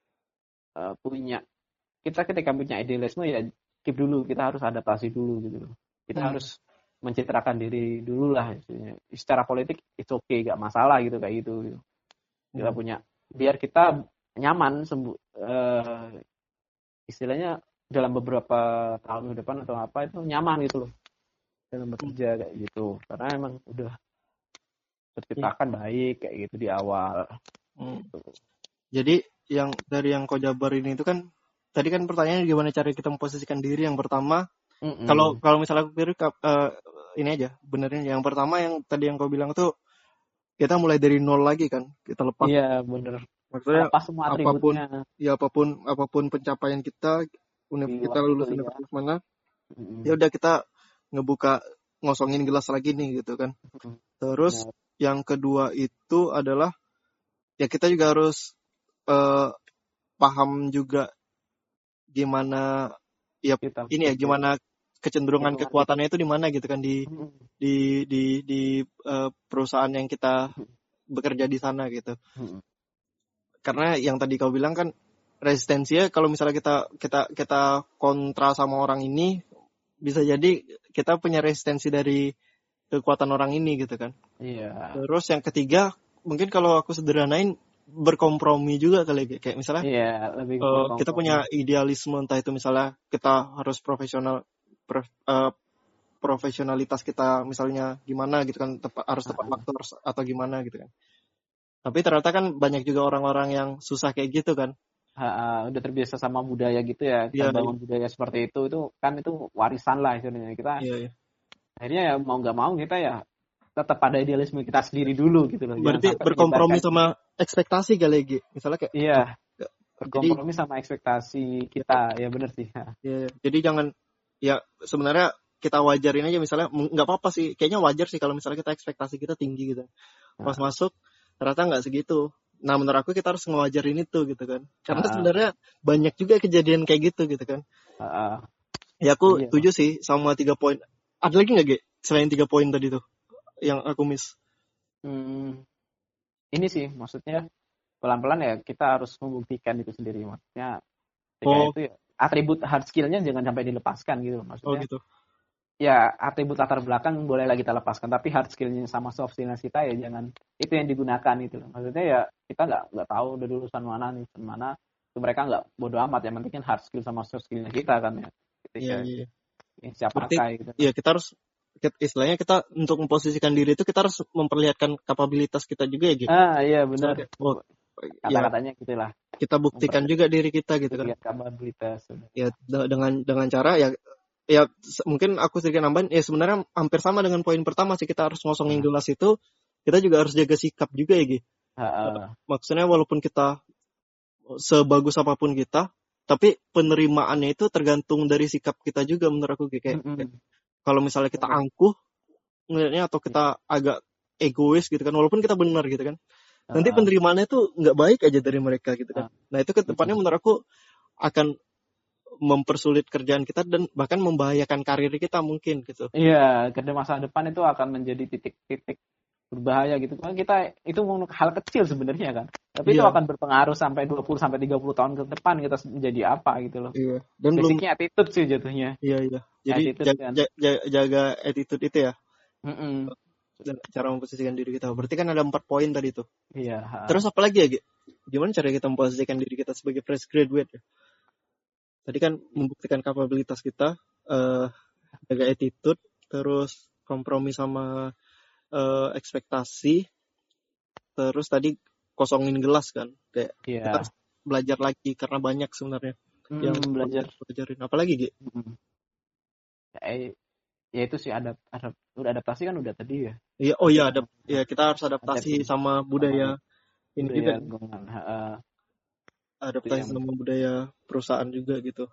uh, punya kita ketika punya idealisme ya keep dulu, kita harus adaptasi dulu gitu loh. Kita hmm. harus mencitrakan diri dulu lah. Secara politik it's okay, gak masalah gitu kayak gitu. gitu. Kita hmm. punya biar kita nyaman sembuh uh, istilahnya dalam beberapa tahun ke depan atau apa itu nyaman gitu loh dalam bekerja kayak gitu, karena emang udah terciptakan yeah. baik kayak gitu di awal. Hmm. Jadi yang dari yang kau jabarin itu kan tadi kan pertanyaannya gimana cara kita memposisikan diri. Yang pertama, Mm-mm. kalau kalau misalnya aku pikir uh, ini aja benerin. Yang pertama yang tadi yang kau bilang tuh kita mulai dari nol lagi kan, kita lepas. Iya bener. Maksudnya Lepas semua apapun atributnya ya apapun apapun pencapaian kita, univ di kita waktu lulus kuliah. universitas mana, Mm-mm. ya udah kita ngebuka ngosongin gelas lagi nih gitu kan. Mm-mm. Terus Nah, yang kedua itu adalah ya kita juga harus uh, paham juga gimana ya kita ini ya bekerja, gimana kecenderungan lingkungan kita. kekuatannya itu di mana gitu kan di Mm-mm. di di di uh, perusahaan yang kita Mm-mm. bekerja di sana gitu. Mm-mm. Karena yang tadi kau bilang kan resistensinya kalau misalnya kita kita kita kontra sama orang ini bisa jadi kita punya resistensi dari kekuatan orang ini gitu kan. Iya. Terus yang ketiga mungkin kalau aku sederhanain berkompromi juga kali ya. Kayak misalnya Iya, lebih ke uh, berkompromi. kita punya idealisme entah itu misalnya kita harus profesional prof, uh, profesionalitas kita misalnya gimana gitu kan tepat, harus tepat waktu atau gimana gitu kan. Tapi ternyata kan banyak juga orang-orang yang susah kayak gitu kan. Ha, udah terbiasa sama budaya gitu ya, kita Iya, bangun budaya seperti itu, itu kan itu warisan lah istilahnya. Kita iya, iya. akhirnya ya mau nggak mau kita ya tetap pada idealisme kita sendiri dulu gitu loh. Jangan Berarti sampai berkompromi menyebarkan. sama ekspektasi kali ya, Gi? Misalnya kayak Iya, jadi berkompromi sama ekspektasi kita, ya bener sih. Ha. ya, jadi jangan ya sebenarnya kita wajarin aja misalnya m- nggak apa-apa sih, kayaknya wajar sih kalau misalnya kita ekspektasi kita tinggi gitu. Pas Nah, masuk ternyata nggak segitu. Nah menurut aku kita harus ngewajarin itu gitu kan. Karena ha, sebenarnya banyak juga kejadian kayak gitu gitu kan. ha, ha. Ya aku Iya. setuju sih sama tiga poin. Ada lagi nggak Ge? Selain tiga poin tadi tuh yang aku miss. Hmm, ini sih maksudnya pelan-pelan ya kita harus membuktikan itu sendiri. Maksudnya ketika Oh, itu ya atribut hard skill-nya jangan sampai dilepaskan gitu. oh Maksudnya gitu. ya atribut latar belakang bolehlah kita lepaskan, tapi hard skill-nya sama soft skill-nya kita ya jangan itu yang digunakan itu loh. Maksudnya ya kita nggak nggak tahu dari lulusan mana nih mana itu mereka nggak bodo amat, yang penting kan hard skill sama soft skill-nya kita kan ya Iya, ketika iya. yang siap Berarti pakai gitu. ya kita harus kita- istilahnya kita untuk memposisikan diri itu kita harus memperlihatkan kapabilitas kita juga ya gitu. Ah iya benar, Misalnya kayak, oh ya kata-katanya gitulah, kita buktikan juga diri kita gitu kan. memperlihat kapabilitas. Ya de- dengan dengan cara ya ya se- mungkin aku sedikit nambahin ya sebenarnya hampir sama dengan poin pertama sih, kita harus ngosongin Nah, gelas itu, kita juga harus jaga sikap juga ya Gi. ah, ah. Maksudnya walaupun kita sebagus apapun kita, tapi penerimaannya itu tergantung dari sikap kita juga menurut aku Gi. Kayak, kayak Mm-mm. kalau misalnya kita Benar. angkuh ngelihatnya atau kita agak egois gitu kan, walaupun kita benar gitu kan, nanti Ah, ah. penerimaannya tuh nggak baik aja dari mereka gitu kan. Ah. Nah itu ke depannya Mm-mm. menurut aku akan mempersulit kerjaan kita dan bahkan membahayakan karir kita mungkin gitu. Iya, ke masa depan itu akan menjadi titik-titik berbahaya gitu. Kan kita itu hal kecil sebenarnya kan. Tapi itu Iya, akan berpengaruh sampai dua puluh sampai tiga puluh tahun ke depan kita menjadi apa gitu loh. iya. Dan belum, Basicnya attitude sih jatuhnya. iya, iya. Jadi Attitude ja- kan. ja- ja- jaga attitude itu ya, Mm-mm. dan cara memposisikan diri kita. Berarti kan ada empat poin tadi tuh. Iya. ha. Terus apa lagi ya, Gi? Gimana cara kita memposisikan diri kita sebagai fresh graduate ya? Tadi kan membuktikan kapabilitas kita, eh jaga attitude, terus kompromi sama eh, ekspektasi, terus tadi kosongin gelas kan. Kayak kita Iya. harus belajar lagi karena banyak sebenarnya yang Mm, belajar. harus pelajarin. Apalagi Gi? Mm. Ya, eh, ya itu sih ada ada udah adaptasi kan udah tadi ya. Iya, oh Tadi iya, kan ada ya kita harus adaptasi adaptasi sama sama budaya ini juga, budaya lingkungan. Ha, ha. Itu adaptasi yang sama budaya perusahaan juga gitu.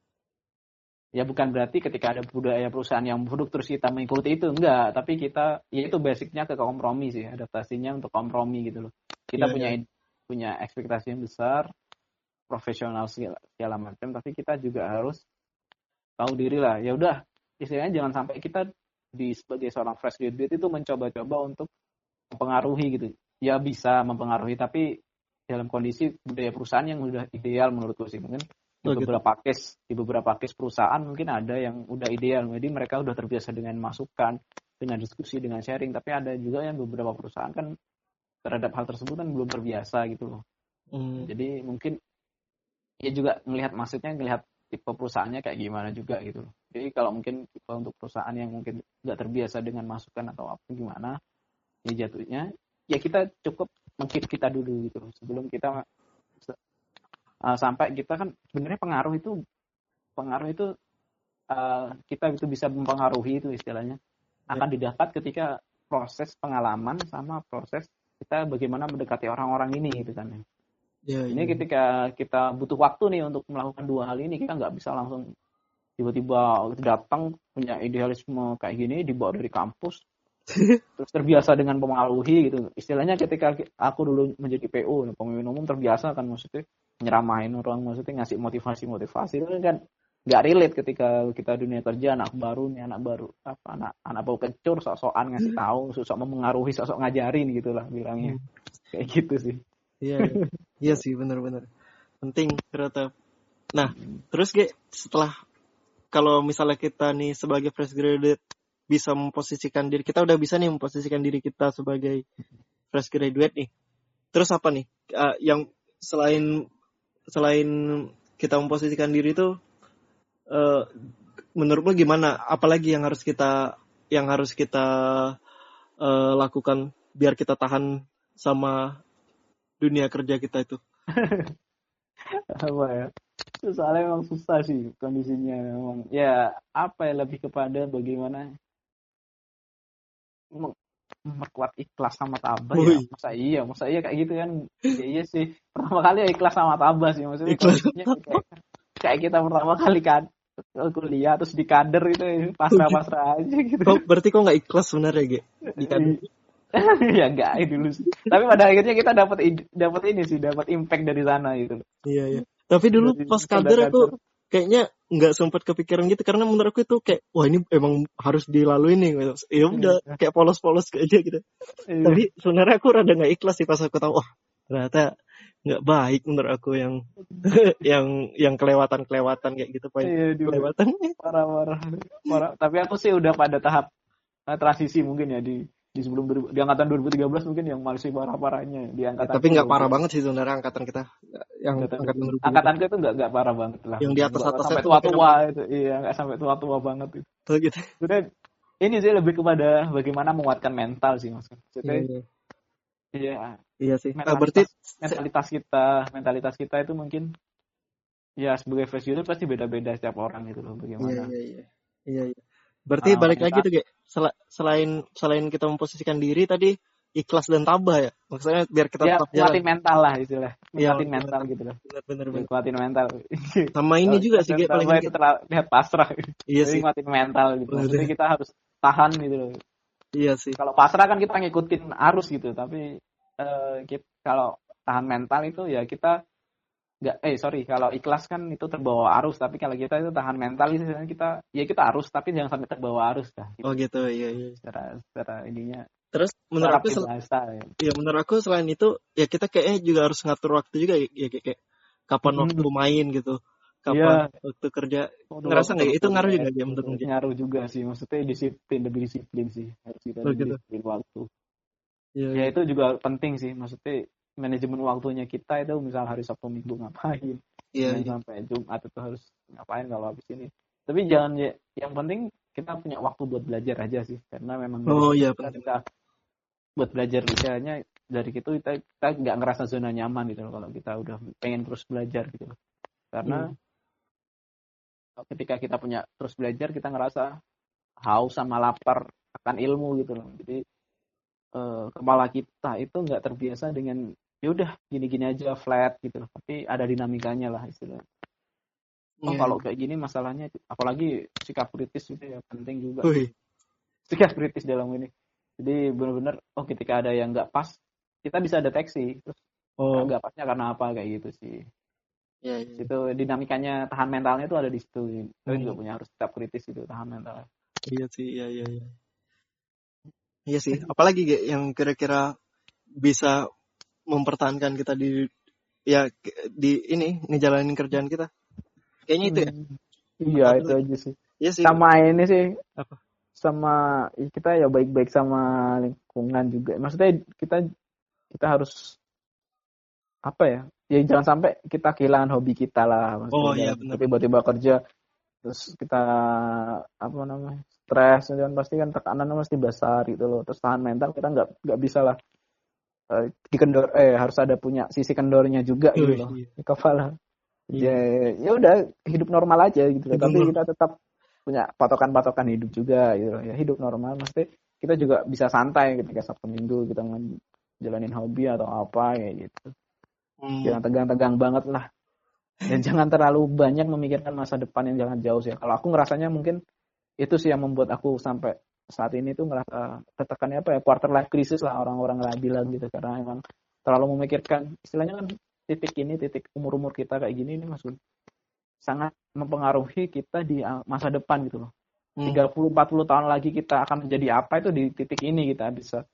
ya bukan berarti ketika ada budaya perusahaan yang buruk terus kita mengikuti itu, enggak, tapi kita ya itu basicnya ke kompromi sih, adaptasinya untuk kompromi gitu loh. Kita Iya, punya iya. punya ekspektasi yang besar, profesional segala, segala macam, tapi kita juga harus tahu diri lah. Ya udah, istilahnya jangan sampai kita di sebagai seorang fresh graduate itu mencoba-coba untuk mempengaruhi gitu. Ya bisa mempengaruhi, tapi dalam kondisi budaya perusahaan yang udah ideal menurutku sih. Mungkin di Oh gitu. beberapa case di beberapa case perusahaan mungkin ada yang udah ideal, jadi mereka udah terbiasa dengan masukan, dengan diskusi, dengan sharing. Tapi ada juga yang beberapa perusahaan kan terhadap hal tersebut kan belum terbiasa gitu loh. Hmm. Jadi mungkin ya juga ngelihat maksudnya ngelihat tipe perusahaannya kayak gimana juga gitu loh. Jadi kalau mungkin tipe untuk perusahaan yang mungkin nggak terbiasa dengan masukan atau apa gimana, ya jatuhnya ya kita cukup mengkip kita dulu gitu loh, sebelum kita uh, sampai kita kan sebenarnya pengaruh itu pengaruh itu uh, kita itu bisa mempengaruhi itu istilahnya akan didapat ketika proses pengalaman sama proses kita bagaimana mendekati orang-orang ini gitu kan. Ya, ini ya. ketika kita butuh waktu nih untuk melakukan dua hal ini, kita nggak bisa langsung tiba-tiba datang punya idealisme kayak gini dibawa dari kampus terus terbiasa dengan mempengaruhi gitu. Istilahnya ketika aku dulu menjadi P O, pemimpin umum terbiasa kan maksudnya nyeramahin orang, maksudnya ngasih motivasi-motivasi itu kan nggak relate ketika kita dunia kerja, anak baru nih, anak baru apa anak anak bau kencur, sok-sokan ngasih tahu, sok-sok memengaruhi, sok-sok ngajarin gitulah bilangnya. Kayak gitu sih. Iya, iya sih benar-benar penting ternyata. Nah, terus Ge, setelah kalau misalnya kita nih sebagai fresh graduate bisa memposisikan diri, kita udah bisa nih memposisikan diri kita sebagai fresh graduate nih. Terus apa nih uh, yang selain selain kita memposisikan diri itu uh, menurut lo gimana? Apalagi yang harus kita yang harus kita uh, lakukan biar kita tahan sama dunia kerja kita itu? Apa ya? Soalnya emang susah sih kondisinya memang. Ya apa ya, lebih kepada bagaimana memperkuat ikhlas sama tabah. Ya masa iya masa iya kayak gitu kan. Ya iya sih, pertama kali ya ikhlas sama tabah sih maksudnya. Kayak, kayak kita pertama kali kan kuliah terus di kader itu pasrah-pasrah aja gitu. Oh, berarti kok nggak ikhlas sebenarnya Ge di kader? Ya enggak dulu sih. Tapi pada akhirnya kita dapat dapat ini sih, dapat impact dari sana gitu. Iya iya. Tapi dulu dari pas kader aku kayaknya nggak sempat kepikiran gitu karena menurut aku itu kayak wah ini emang harus dilalui nih. Ya udah iya. Kayak polos-polos aja gitu. Iya. Tapi sebenarnya aku rada nggak ikhlas sih pas aku tahu wah ternyata nggak baik menurut aku yang yang yang kelewatan-kelewatan kayak gitu Pak. Iya, kelewatan parah-parah. Parah. Tapi aku sih udah pada tahap transisi mungkin ya di di sebelum di angkatan dua ribu tiga belas mungkin yang masih parah-parahnya di angkatan. Ya, tapi nggak parah banget sih sebenarnya angkatan kita. Yang angkatan angkatan kita tuh nggak nggak parah banget lah. Yang di atas atas sampai tua-tua itu, iya nggak sampai tua-tua banget itu. Tuh gitu. Sudah ini sih lebih kepada bagaimana menguatkan mental sih mas. Jadi, iya. Iya. Iya sih. Mentalitas, ah, berarti mentalitas kita, mentalitas kita itu mungkin ya sebagai fresh graduate pasti beda-beda setiap orang gitu loh bagaimana. Iya iya iya. Iya. Berarti ah, balik lagi tuh kayak Sel- selain selain kita memposisikan diri tadi ikhlas dan tabah ya maksudnya biar kita ya, tetap jalan. Kuatin mental lah istilah. Kuatin ya, mental gitu loh. Benar-benar. Kuatin mental. Sama ini juga sih kayak paling itu terlihat pasrah. Iya sih. Kuatin mental gitu. Jadi kita harus tahan gitu loh. Iya sih. Kalau pasrah kan kita ngikutin arus gitu, tapi uh, kita, kalau tahan mental itu ya kita nggak eh sorry kalau ikhlas kan itu terbawa arus, tapi kalau kita itu tahan mental itu kita ya kita arus tapi jangan sampai terbawa arus dah gitu. Oh gitu iya iya secara secara ininya. Terus menurut aku sel- bahasa, ya. ya menurut aku selain itu ya kita kayaknya juga harus ngatur waktu juga ya, ya kayak, kayak kapan hmm. waktu main gitu kapan ya. Waktu kerja oh, ngerasa nggak itu ngaruh juga ya menurut ngaruh, ngaruh juga sih maksudnya disiplin lebih disiplin sih harus kita oh, gitu. Disiplin waktu ya, ya, ya itu juga penting sih maksudnya manajemen waktunya kita itu misal hari Sabtu Minggu ngapain, yeah, yeah. sampai Jumat itu harus ngapain kalau habis ini. Tapi jangan ya, yang penting kita punya waktu buat belajar aja sih, karena memang oh, iya, kita, kita buat belajar misalnya dari itu kita kita nggak ngerasa zona nyaman gitu loh kalau kita udah pengen terus belajar gitu loh. Karena hmm. ketika kita punya terus belajar kita ngerasa haus sama lapar akan ilmu gitu loh. Jadi eh, kepala kita itu nggak terbiasa dengan ya udah gini-gini aja flat gitu loh, tapi ada dinamikanya lah istilahnya. Oh yeah. Kalau kayak gini masalahnya, apalagi sikap kritis itu ya penting juga. Ui. Sikap kritis dalam ini. Jadi benar-benar oh ketika ada yang nggak pas kita bisa deteksi. Terus oh. nggak pasnya karena apa kayak gitu sih. Yeah, yeah. Itu dinamikanya tahan mentalnya itu ada di situ. Kita hmm. juga punya harus sikap kritis itu tahan mental. Iya sih, iya iya iya. Iya sih. Apalagi yang kira-kira bisa mempertahankan kita di ya di ini ngejalanin kerjaan kita kayaknya itu ya hmm. iya itu aja sih. Iya sih sama ini sih apa sama kita ya baik-baik sama lingkungan juga maksudnya kita kita harus apa ya ya jangan sampai kita kehilangan hobi kita lah maksudnya. Oh iya benar tiba-tiba kerja terus kita apa namanya stres dan pasti kan tekanan pasti besar gitu loh terus tahan mental kita nggak nggak bisa lah di kendor eh harus ada punya sisi kendornya juga gitu loh di kepala Iya. Ya, ya udah hidup normal aja gitu loh. Hidup Tapi normal. kita tetap punya patokan-patokan hidup juga gitu loh. Ya hidup normal mesti kita juga bisa santai ketika Sabtu Minggu kita ngejalanin hobi atau apa kayak gitu. Hmm. Jangan tegang-tegang banget lah. Dan jangan terlalu banyak memikirkan masa depan yang jangan jauh sih. Kalau aku ngerasanya mungkin itu sih yang membuat aku sampai saat ini tuh ngerasa tertekan apa ya quarter life crisis lah orang-orang lah bilang gitu, karena emang terlalu memikirkan istilahnya kan titik ini titik umur-umur kita kayak gini ini maksud sangat mempengaruhi kita di masa depan gitu loh. Hmm. tiga puluh empat puluh tahun lagi kita akan menjadi apa itu di titik ini kita bisa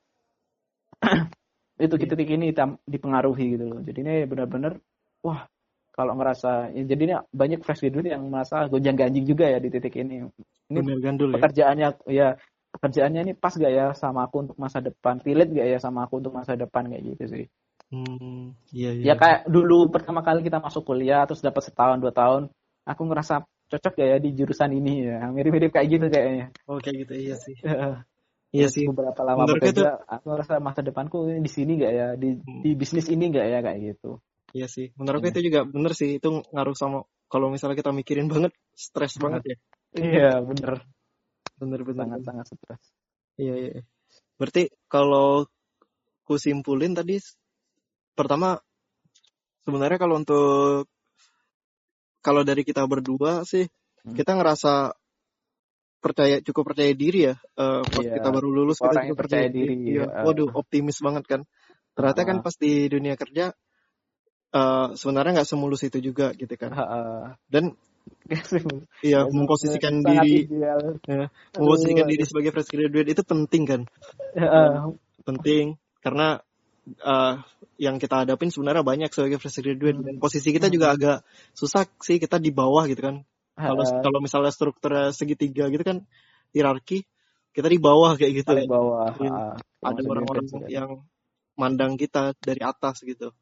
itu di titik ini dipengaruhi gitu loh. Jadi ini benar-benar wah kalau ngerasa ya, jadinya banyak fresh graduate yang merasa gonjang ganjing juga ya di titik ini. Ini Gandul, pekerjaannya ya. ya pekerjaannya ini pas gak ya sama aku untuk masa depan, relate gak ya sama aku untuk masa depan kayak gitu sih. Hmm, iya, iya. Ya kayak dulu pertama kali kita masuk kuliah terus dapat setahun dua tahun, aku ngerasa cocok gak ya di jurusan ini ya, mirip-mirip kayak gitu kayaknya. Oh kayak gitu iya sih. Iya sih. Beberapa lama Menurut bekerja, itu, aku ngerasa masa depanku di sini gak ya, di, hmm. di bisnis ini gak ya kayak gitu. Iya sih, menurutku ya. Itu juga bener sih, itu ngaruh sama kalau misalnya kita mikirin banget, stres banget ya. Iya bener. Bener-bener. Sangat-sangat stres. Iya, iya. Berarti kalau ku simpulin tadi, pertama sebenarnya kalau untuk kalau dari kita berdua sih, hmm. kita ngerasa percaya cukup percaya diri ya. Uh, pas iya, kita baru lulus kita cukup percaya, percaya diri. Iya. Uh, Waduh, optimis banget kan. Ternyata uh, kan pas di dunia kerja uh, sebenarnya nggak semulus itu juga gitu kan. Uh, Dan iya, memposisikan diri ya, memposisikan diri sebagai fresh graduate itu penting kan. Uh, penting karena uh, yang kita hadapin sebenarnya banyak sebagai fresh graduate, dan posisi kita juga agak susah sih, kita di bawah gitu kan. Kalau uh, kalau misalnya struktur segitiga gitu kan, hierarki, kita di bawah kayak gitu. Di bawah. Uh, ada orang-orang yang mandang kita dari atas gitu.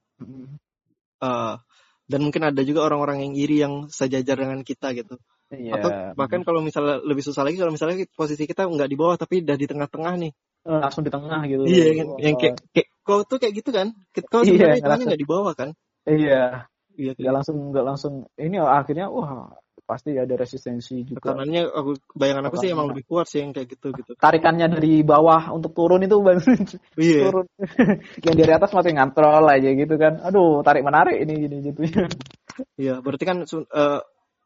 Uh, dan mungkin ada juga orang-orang yang iri yang sejajar dengan kita gitu. Yeah. Atau bahkan kalau misalnya lebih susah lagi kalau misalnya posisi kita nggak di bawah tapi udah di tengah-tengah nih. Uh, langsung di tengah gitu. Iya, yang, yang kayak, kayak kau tuh kayak gitu kan. Kau sebenarnya itu nggak di bawah kan. Iya. Iya. Nggak langsung nggak langsung ini akhirnya wah pasti ada resistensi juga. Tekanannya aku bayangan aku sih emang lebih kuat sih yang kayak gitu gitu. Tarikannya dari bawah untuk turun itu yeah. turun. Yang dari atas masih ngantrol aja gitu kan. Aduh, tarik menarik ini gini gitu. Iya, berarti kan uh,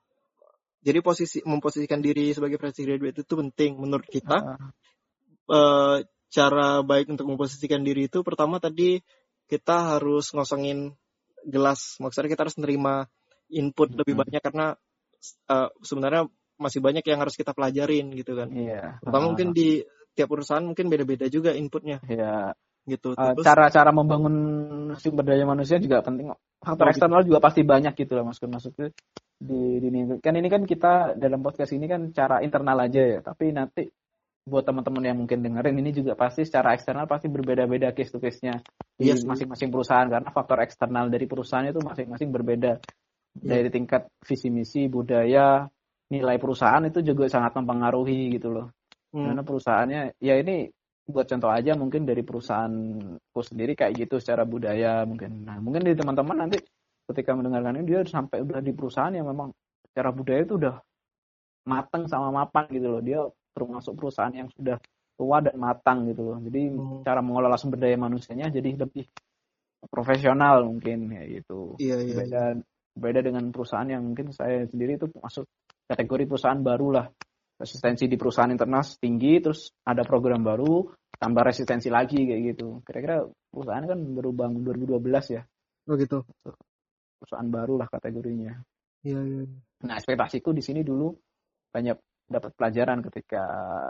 jadi posisi memposisikan diri sebagai fresh graduate itu penting menurut kita. Uh. Uh, cara baik untuk memposisikan diri itu pertama tadi kita harus ngosongin gelas. Maksudnya kita harus menerima input hmm. lebih banyak karena Uh, sebenarnya masih banyak yang harus kita pelajarin gitu kan. Iya. Pertama uh, mungkin di tiap perusahaan mungkin beda-beda juga inputnya. Iya. Gitu. Uh, cara-cara membangun sumber daya manusia juga penting. Faktor oh, eksternal gitu. Juga pasti banyak gitu loh maksud maksudnya di, di kan ini kan kita dalam podcast ini kan cara internal aja ya. Tapi nanti buat teman-teman yang mungkin dengerin ini juga pasti secara eksternal pasti berbeda-beda case to case-nya di yes, masing-masing perusahaan karena faktor eksternal dari perusahaan itu masing-masing berbeda. Dari tingkat visi misi budaya nilai perusahaan itu juga sangat mempengaruhi gitu loh. Hmm. Karena perusahaannya ya ini buat contoh aja mungkin dari perusahaanku sendiri kayak gitu secara budaya mungkin. Nah mungkin di teman-teman nanti ketika mendengarkan ini dia sampai udah di perusahaan yang memang secara budaya itu udah matang sama mapan gitu loh. Dia termasuk perusahaan yang sudah tua dan matang gitu loh. Jadi hmm. cara mengelola sumber daya manusianya jadi lebih profesional mungkin kayak gitu. Iya, iya, beda iya. beda dengan perusahaan yang mungkin saya sendiri itu masuk kategori perusahaan baru lah. Resistensi di perusahaan internal tinggi, terus ada program baru, tambah resistensi lagi kayak gitu. Kira-kira perusahaan kan baru bangun dua ribu dua belas ya. Oh gitu. Perusahaan baru lah kategorinya. Iya, iya. Nah, ekspektasiku di sini dulu banyak dapat pelajaran ketika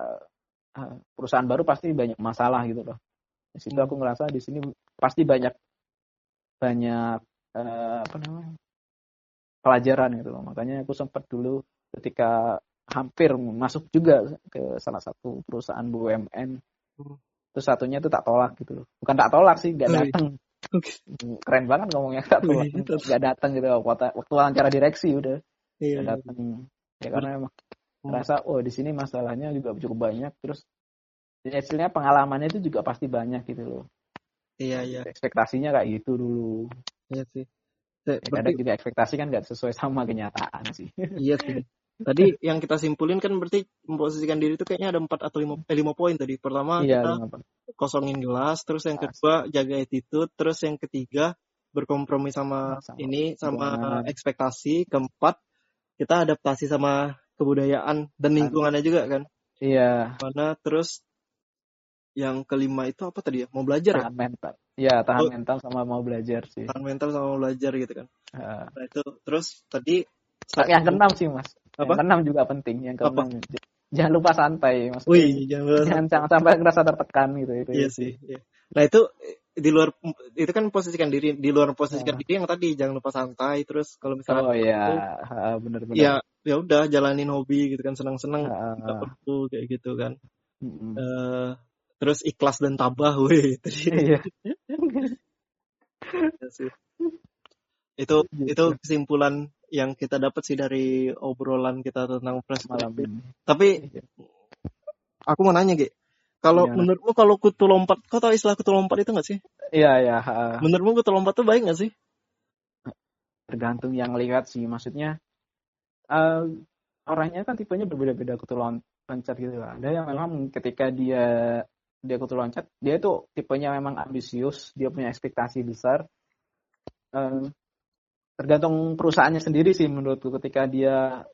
perusahaan baru pasti banyak masalah gitu loh. Di situ aku ngerasa di sini pasti banyak banyak eh, apa namanya? pelajaran gitu loh. Makanya aku sempat dulu ketika hampir masuk juga ke salah satu perusahaan B U M N. Terus satunya itu tak tolak gitu loh. Bukan tak tolak sih, gak datang. Okay. Keren banget ngomongnya, tak tolak. Gak datang gitu loh. Waktu, waktu wawancara direksi udah. Iya, gak datang. Ya karena emang merasa oh di sini masalahnya juga cukup banyak. Terus hasilnya pengalamannya itu juga pasti banyak gitu loh. Iya, iya. Ekspektasinya kayak gitu dulu. Iya sih. Ya, Ya, kadang juga ekspektasi kan nggak sesuai sama kenyataan sih. Iya sih. Tadi yang kita simpulin kan berarti memposisikan diri itu kayaknya ada empat atau lima, eh, lima poin tadi. Pertama Iya, kita lima poin. kosongin gelas, terus yang Gelas. kedua jaga attitude, terus yang ketiga berkompromi sama, Sama ini sama lingkungan. ekspektasi, keempat kita adaptasi sama kebudayaan dan lingkungannya juga kan. Iya. Mana terus yang kelima itu apa tadi ya? Mau belajar ya? Tahan mental. Iya, tahan Oh, mental sama mau belajar sih. tahan mental sama mau belajar gitu kan. Uh, Nah itu terus tadi yang keenam sih mas. Apa? Yang keenam juga penting. Yang Apa? keenam jangan lupa santai. Maksudnya Wih, jangan lupa jangan, santai. jangan sampai ngerasa tertekan gitu. Itu, Iya itu. sih. Iya. Nah itu di luar itu kan posisikan diri, di luar posisikan Uh, diri yang tadi jangan lupa santai. Terus kalau misalnya oh iya, itu, uh, benar-benar. ya ya udah jalanin hobi gitu kan, senang-senang Uh, nggak perlu kayak gitu kan. uh, Uh, terus ikhlas dan tabah, weh. iya. itu Gitu. itu kesimpulan yang kita dapat sih dari obrolan kita tentang fresh Malam graduate. ini. Tapi Iya. aku mau nanya, Ge. Kalau Gimana? menurutmu kalau kutu lompat, kau tahu istilah kutu lompat itu nggak sih? Iya, iya. Uh, Menurutmu kutu lompat itu baik nggak sih? tergantung yang lihat sih. Maksudnya uh, orangnya kan tipenya berbeda-beda kutu loncat gitu. Ada yang memang ketika dia dia kutu loncat, dia itu tipenya memang ambisius, dia punya ekspektasi besar. Uh, tergantung perusahaannya sendiri sih menurutku. Ketika dia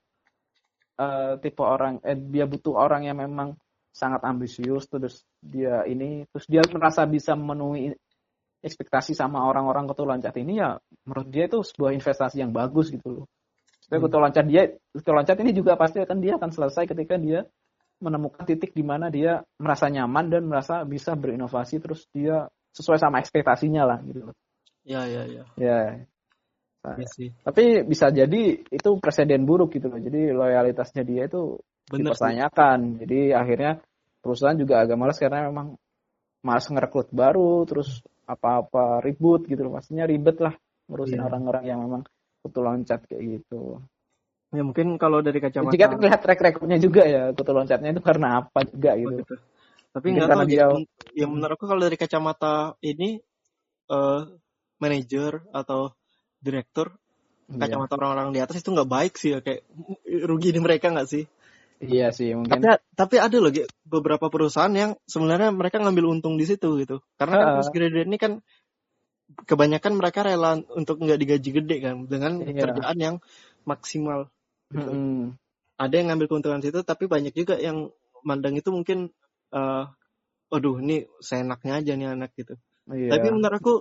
uh, tipe orang, eh, dia butuh orang yang memang sangat ambisius, terus dia ini, terus dia merasa bisa memenuhi ekspektasi sama orang-orang kutu loncat ini, ya menurut dia itu sebuah investasi yang bagus gitu loh. Tapi kutu loncat dia, kutu loncat ini juga pasti akan dia akan selesai ketika dia menemukan titik di mana dia merasa nyaman dan merasa bisa berinovasi, terus dia sesuai sama ekspektasinya lah gitu loh. Ya, ya, ya. Ya. Nah, ya sih. tapi bisa jadi itu presiden buruk gitu loh. Jadi loyalitasnya dia itu Bener dipertanyakan. Sih. Jadi akhirnya perusahaan juga agak malas karena memang malas ngerekrut baru, terus apa-apa ribut gitu loh. Maksudnya ribet lah ngurusin yeah. orang-orang yang memang kutu loncat kayak gitu. Ya mungkin kalau dari kacamata. Jika kita lihat track recordnya juga ya kutu loncatnya itu karena apa juga gitu. gitu. Tapi nggak tahu dia. Ya menurut aku kalau dari kacamata ini uh, manajer atau direktur, yeah. kacamata orang-orang di atas itu nggak baik sih ya, kayak rugi di mereka nggak sih? Iya sih mungkin. Tapi, tapi ada loh beberapa perusahaan yang sebenarnya mereka ngambil untung di situ gitu. Karena kan fresh graduate ini kan kebanyakan mereka rela untuk nggak digaji gede kan dengan iya. kerjaan yang maksimal. Gitu. Mm-hmm. Ada yang ngambil keuntungan situ, tapi banyak juga yang mandang itu mungkin, uh, aduh ini seenaknya aja nih anak gitu. Iya. Tapi menurut aku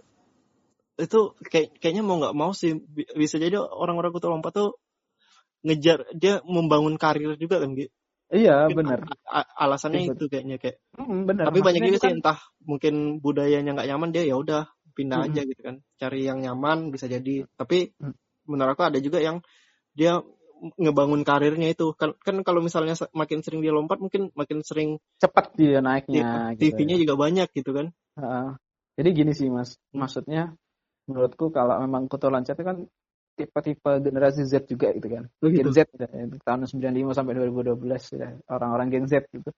itu kayak kayaknya mau nggak mau sih bisa jadi orang-orang kutu lompat tuh ngejar dia membangun karir juga kan gitu. Iya benar. Alasannya itu kayaknya kayak. Mm, benar. Tapi banyak juga sih kan... entah mungkin budayanya nggak nyaman dia ya udah pindah mm-hmm. aja gitu kan, cari yang nyaman bisa jadi. Tapi mm. menurut aku ada juga yang dia ngebangun karirnya itu kan, kan kalau misalnya makin sering dia lompat mungkin makin sering cepat dia naiknya. T V-nya gitu ya. juga banyak gitu kan. Uh, jadi gini sih mas, hmm. maksudnya menurutku kalau memang kutu loncat itu kan tipe-tipe generasi Z juga gitu kan. Oh, gitu. Gen Z ya, tahun sembilan puluh lima sampai dua ribu dua belas ya, orang-orang Gen Z gitu.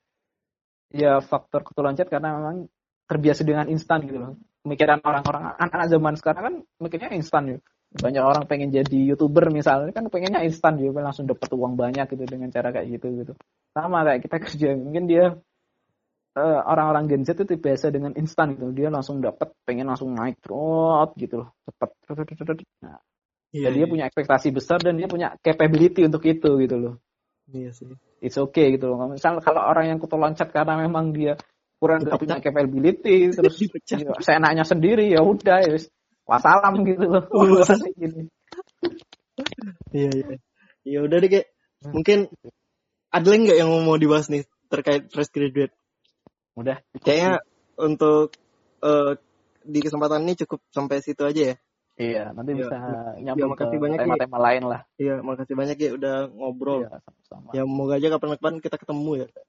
Ya faktor kutu loncat karena memang terbiasa dengan instan gitu loh. Pemikiran orang-orang anak-anak zaman sekarang kan mikirnya instan ya. Banyak orang pengen jadi YouTuber misalnya kan pengennya instan juga langsung dapat uang banyak gitu dengan cara kayak gitu gitu. Sama kayak kita kerja mungkin dia uh, orang-orang Gen Z itu biasa dengan instan gitu. Dia langsung dapat pengen langsung naik terus gitu loh. Cepat. Nah, yeah, dia yeah. punya ekspektasi besar dan dia punya capability untuk itu gitu loh. Iya sih. It's okay gitu loh. Misal kalau orang yang kutu loncat karena memang dia kurang nggak punya capability terus seenaknya sendiri ya udah ya wassalam gitu loh. Gini. Iya iya. Ya udah deh, Kak. Mungkin ada lagi nggak yang mau dibahas nih terkait fresh graduate? Udah. Kayaknya untuk uh, di kesempatan ini cukup sampai situ aja ya. Iya, nanti ya, bisa nyambung ya, ke tema-tema ya. lain lah. Iya, makasih banyak ya udah ngobrol. Iya, sama-sama. Ya moga aja kapan-kapan kita ketemu ya.